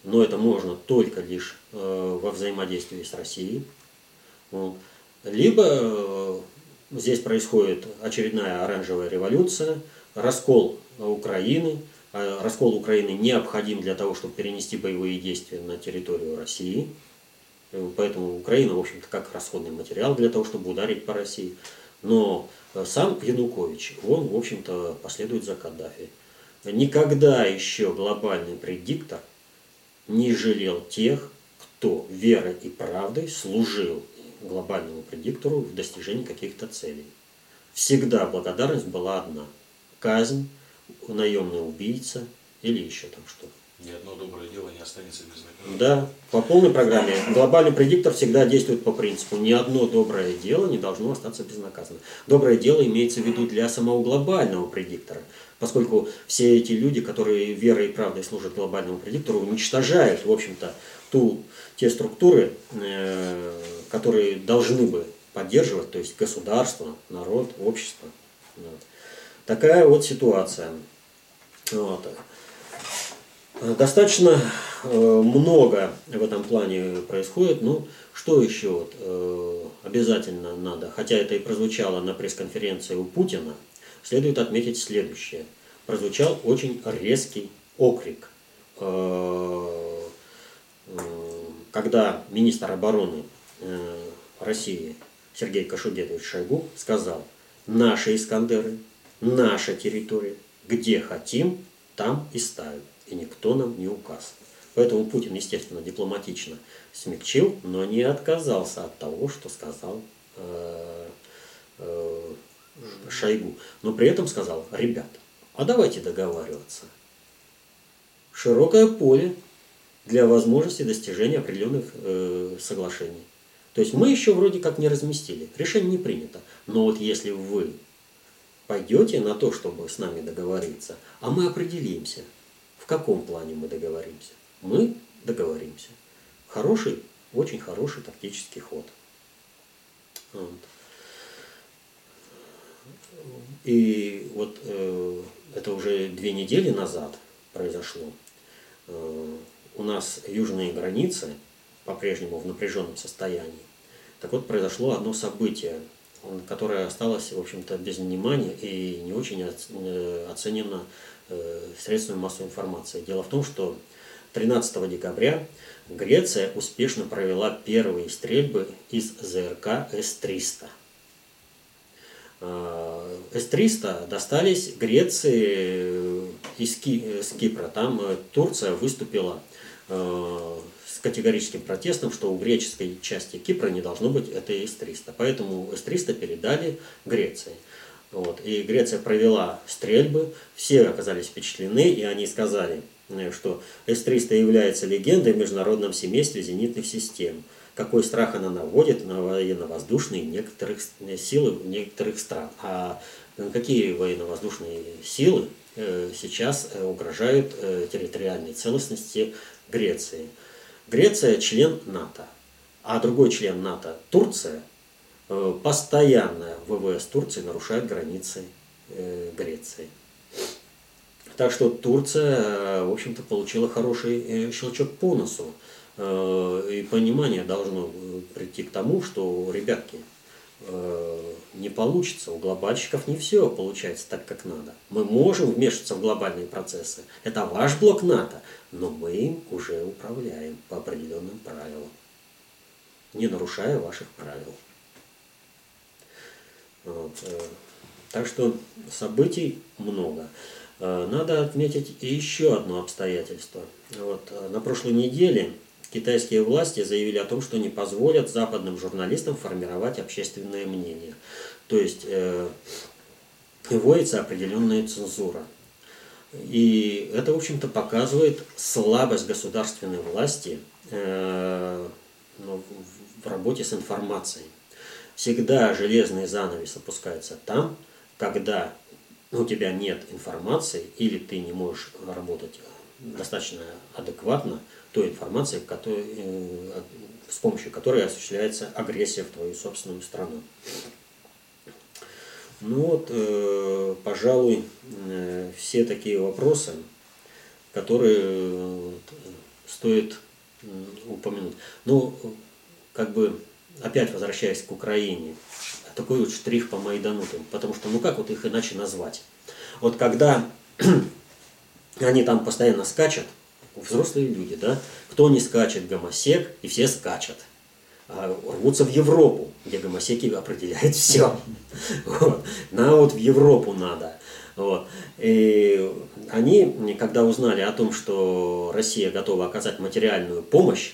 но это можно только лишь во взаимодействии с Россией. Вот. Либо здесь происходит очередная оранжевая революция, раскол Украины. Раскол Украины необходим для того, чтобы перенести боевые действия на территорию России. Поэтому Украина, в общем-то, как расходный материал для того, чтобы ударить по России. Но сам Янукович, он, в общем-то, последует за Каддафи. Никогда еще глобальный предиктор не жалел тех, кто верой и правдой служил глобальному предиктору в достижении каких-то целей. Всегда благодарность была одна. Казнь, наемный убийца или еще там что-то. Ни одно доброе дело не останется безнаказанным. Да, по полной программе. Глобальный предиктор всегда действует по принципу: ни одно доброе дело не должно остаться безнаказанным. Доброе дело имеется в виду для самого глобального предиктора, поскольку все эти люди, которые верой и правдой служат глобальному предиктору, уничтожают, в общем-то, те структуры, которые должны бы поддерживать, то есть государство, народ, общество. Вот. Такая вот ситуация. Вот. Достаточно много в этом плане происходит. Ну, что еще обязательно надо, хотя это и прозвучало на пресс-конференции у Путина, следует отметить следующее. Прозвучал очень резкий окрик, когда министр обороны России Сергей Кашугетович Шойгу сказал: наши Искандеры, наша территория, где хотим, там и ставим. И никто нам не указ. Поэтому Путин, естественно, дипломатично смягчил, но не отказался от того, что сказал Шойгу. Но при этом сказал: ребята, а давайте договариваться. Широкое поле для возможности достижения определенных соглашений. То есть мы еще вроде как не разместили, решение не принято. Но вот если вы пойдете на то, чтобы с нами договориться, а мы определимся, в каком плане мы договоримся. Мы договоримся. Хороший, очень хороший тактический ход. Вот. И вот это уже 2 недели назад произошло. У нас южные границы по-прежнему в напряженном состоянии. Так вот, произошло одно событие, которое осталось, в общем-то, без внимания и не очень оценено средствами массовой информации. Дело в том, что 13 декабря Греция успешно провела первые стрельбы из ЗРК С-300. С-300 достались Греции с Кипра. Там Турция выступила с категорическим протестом, что у греческой части Кипра не должно быть этой С-300. Поэтому С-300 передали Греции. Вот. И Греция провела стрельбы, все оказались впечатлены, и они сказали, что С-300 является легендой в международном семействе зенитных систем. Какой страх она наводит на военно-воздушные силы некоторых стран. А какие военно-воздушные силы сейчас угрожают территориальной целостности Греции? Греция член НАТО, а другой член НАТО, Турция, постоянно ВВС Турции нарушает границы Греции. Так что Турция, в общем-то, получила хороший щелчок по носу. И понимание должно прийти к тому, что, ребятки, не получится, у глобальщиков не все получается так, как надо. Мы можем вмешиваться в глобальные процессы. Это ваш блок НАТО, но мы им уже управляем по определенным правилам, не нарушая ваших правил. Вот. Так что событий много. Надо отметить и еще одно обстоятельство. Вот. На прошлой неделе китайские власти заявили о том, что не позволят западным журналистам формировать общественное мнение. То есть вводится определенная цензура. И это, в общем-то, показывает слабость государственной власти в работе с информацией. Всегда железный занавес опускается там, когда у тебя нет информации или ты не можешь работать достаточно адекватно той информации, с помощью которой осуществляется агрессия в твою собственную страну. Ну вот, пожалуй, все такие вопросы, которые стоит упомянуть. Ну, как бы, опять возвращаясь к Украине, такой вот штрих по Майдану, потому что, ну как вот их иначе назвать? Вот когда они там постоянно скачут, взрослые люди, да, кто не скачет гомосек, и все скачут. А рвутся в Европу, где гомосеки определяют все. Вот. Нам вот в Европу надо. Вот. И они, когда узнали о том, что Россия готова оказать материальную помощь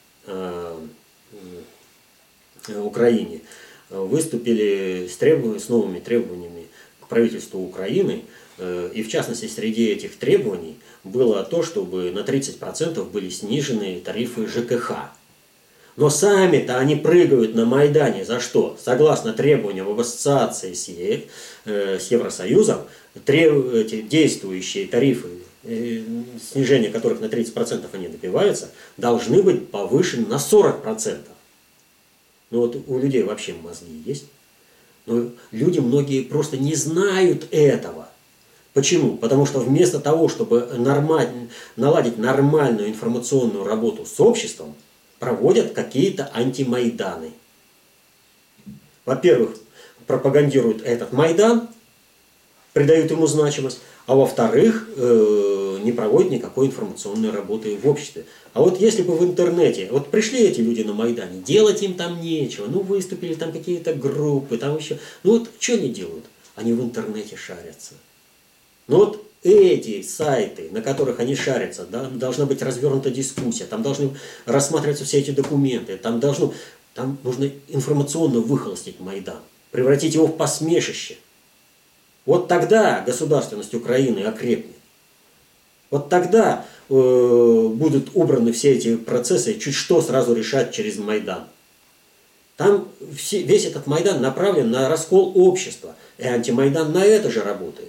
Украине, выступили с новыми требованиями к правительству Украины. И в частности, среди этих требований было то, чтобы на 30% были снижены тарифы ЖКХ. Но сами-то они прыгают на Майдане за что? Согласно требованиям об ассоциации с Евросоюзом, эти действующие тарифы, снижение которых на 30% они добиваются, должны быть повышены на 40%. Ну вот у людей вообще мозги есть. Но люди многие просто не знают этого. Почему? Потому что вместо того, чтобы наладить нормальную информационную работу с обществом, проводят какие-то антимайданы. Во-первых, пропагандируют этот Майдан, придают ему значимость, а во-вторых, не проводят никакой информационной работы в обществе. А вот если бы в интернете, вот пришли эти люди на Майдане, делать им там нечего, ну выступили там какие-то группы, там еще, ну вот что они делают? Они в интернете шарятся. Но вот эти сайты, на которых они шарятся, да, должна быть развернута дискуссия, там должны рассматриваться все эти документы, там нужно информационно выхолостить Майдан, превратить его в посмешище. Вот тогда государственность Украины окрепнет. Вот тогда будут убраны все эти процессы, чуть что сразу решать через Майдан. Там весь этот Майдан направлен на раскол общества, и антимайдан на это же работает.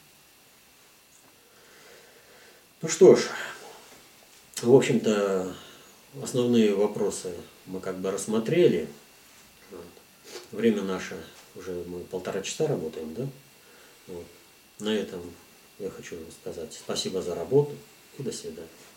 Ну что ж, в общем-то, основные вопросы мы как бы рассмотрели. Время наше, уже мы 1,5 часа работаем, да? Вот. На этом я хочу сказать спасибо за работу и до свидания.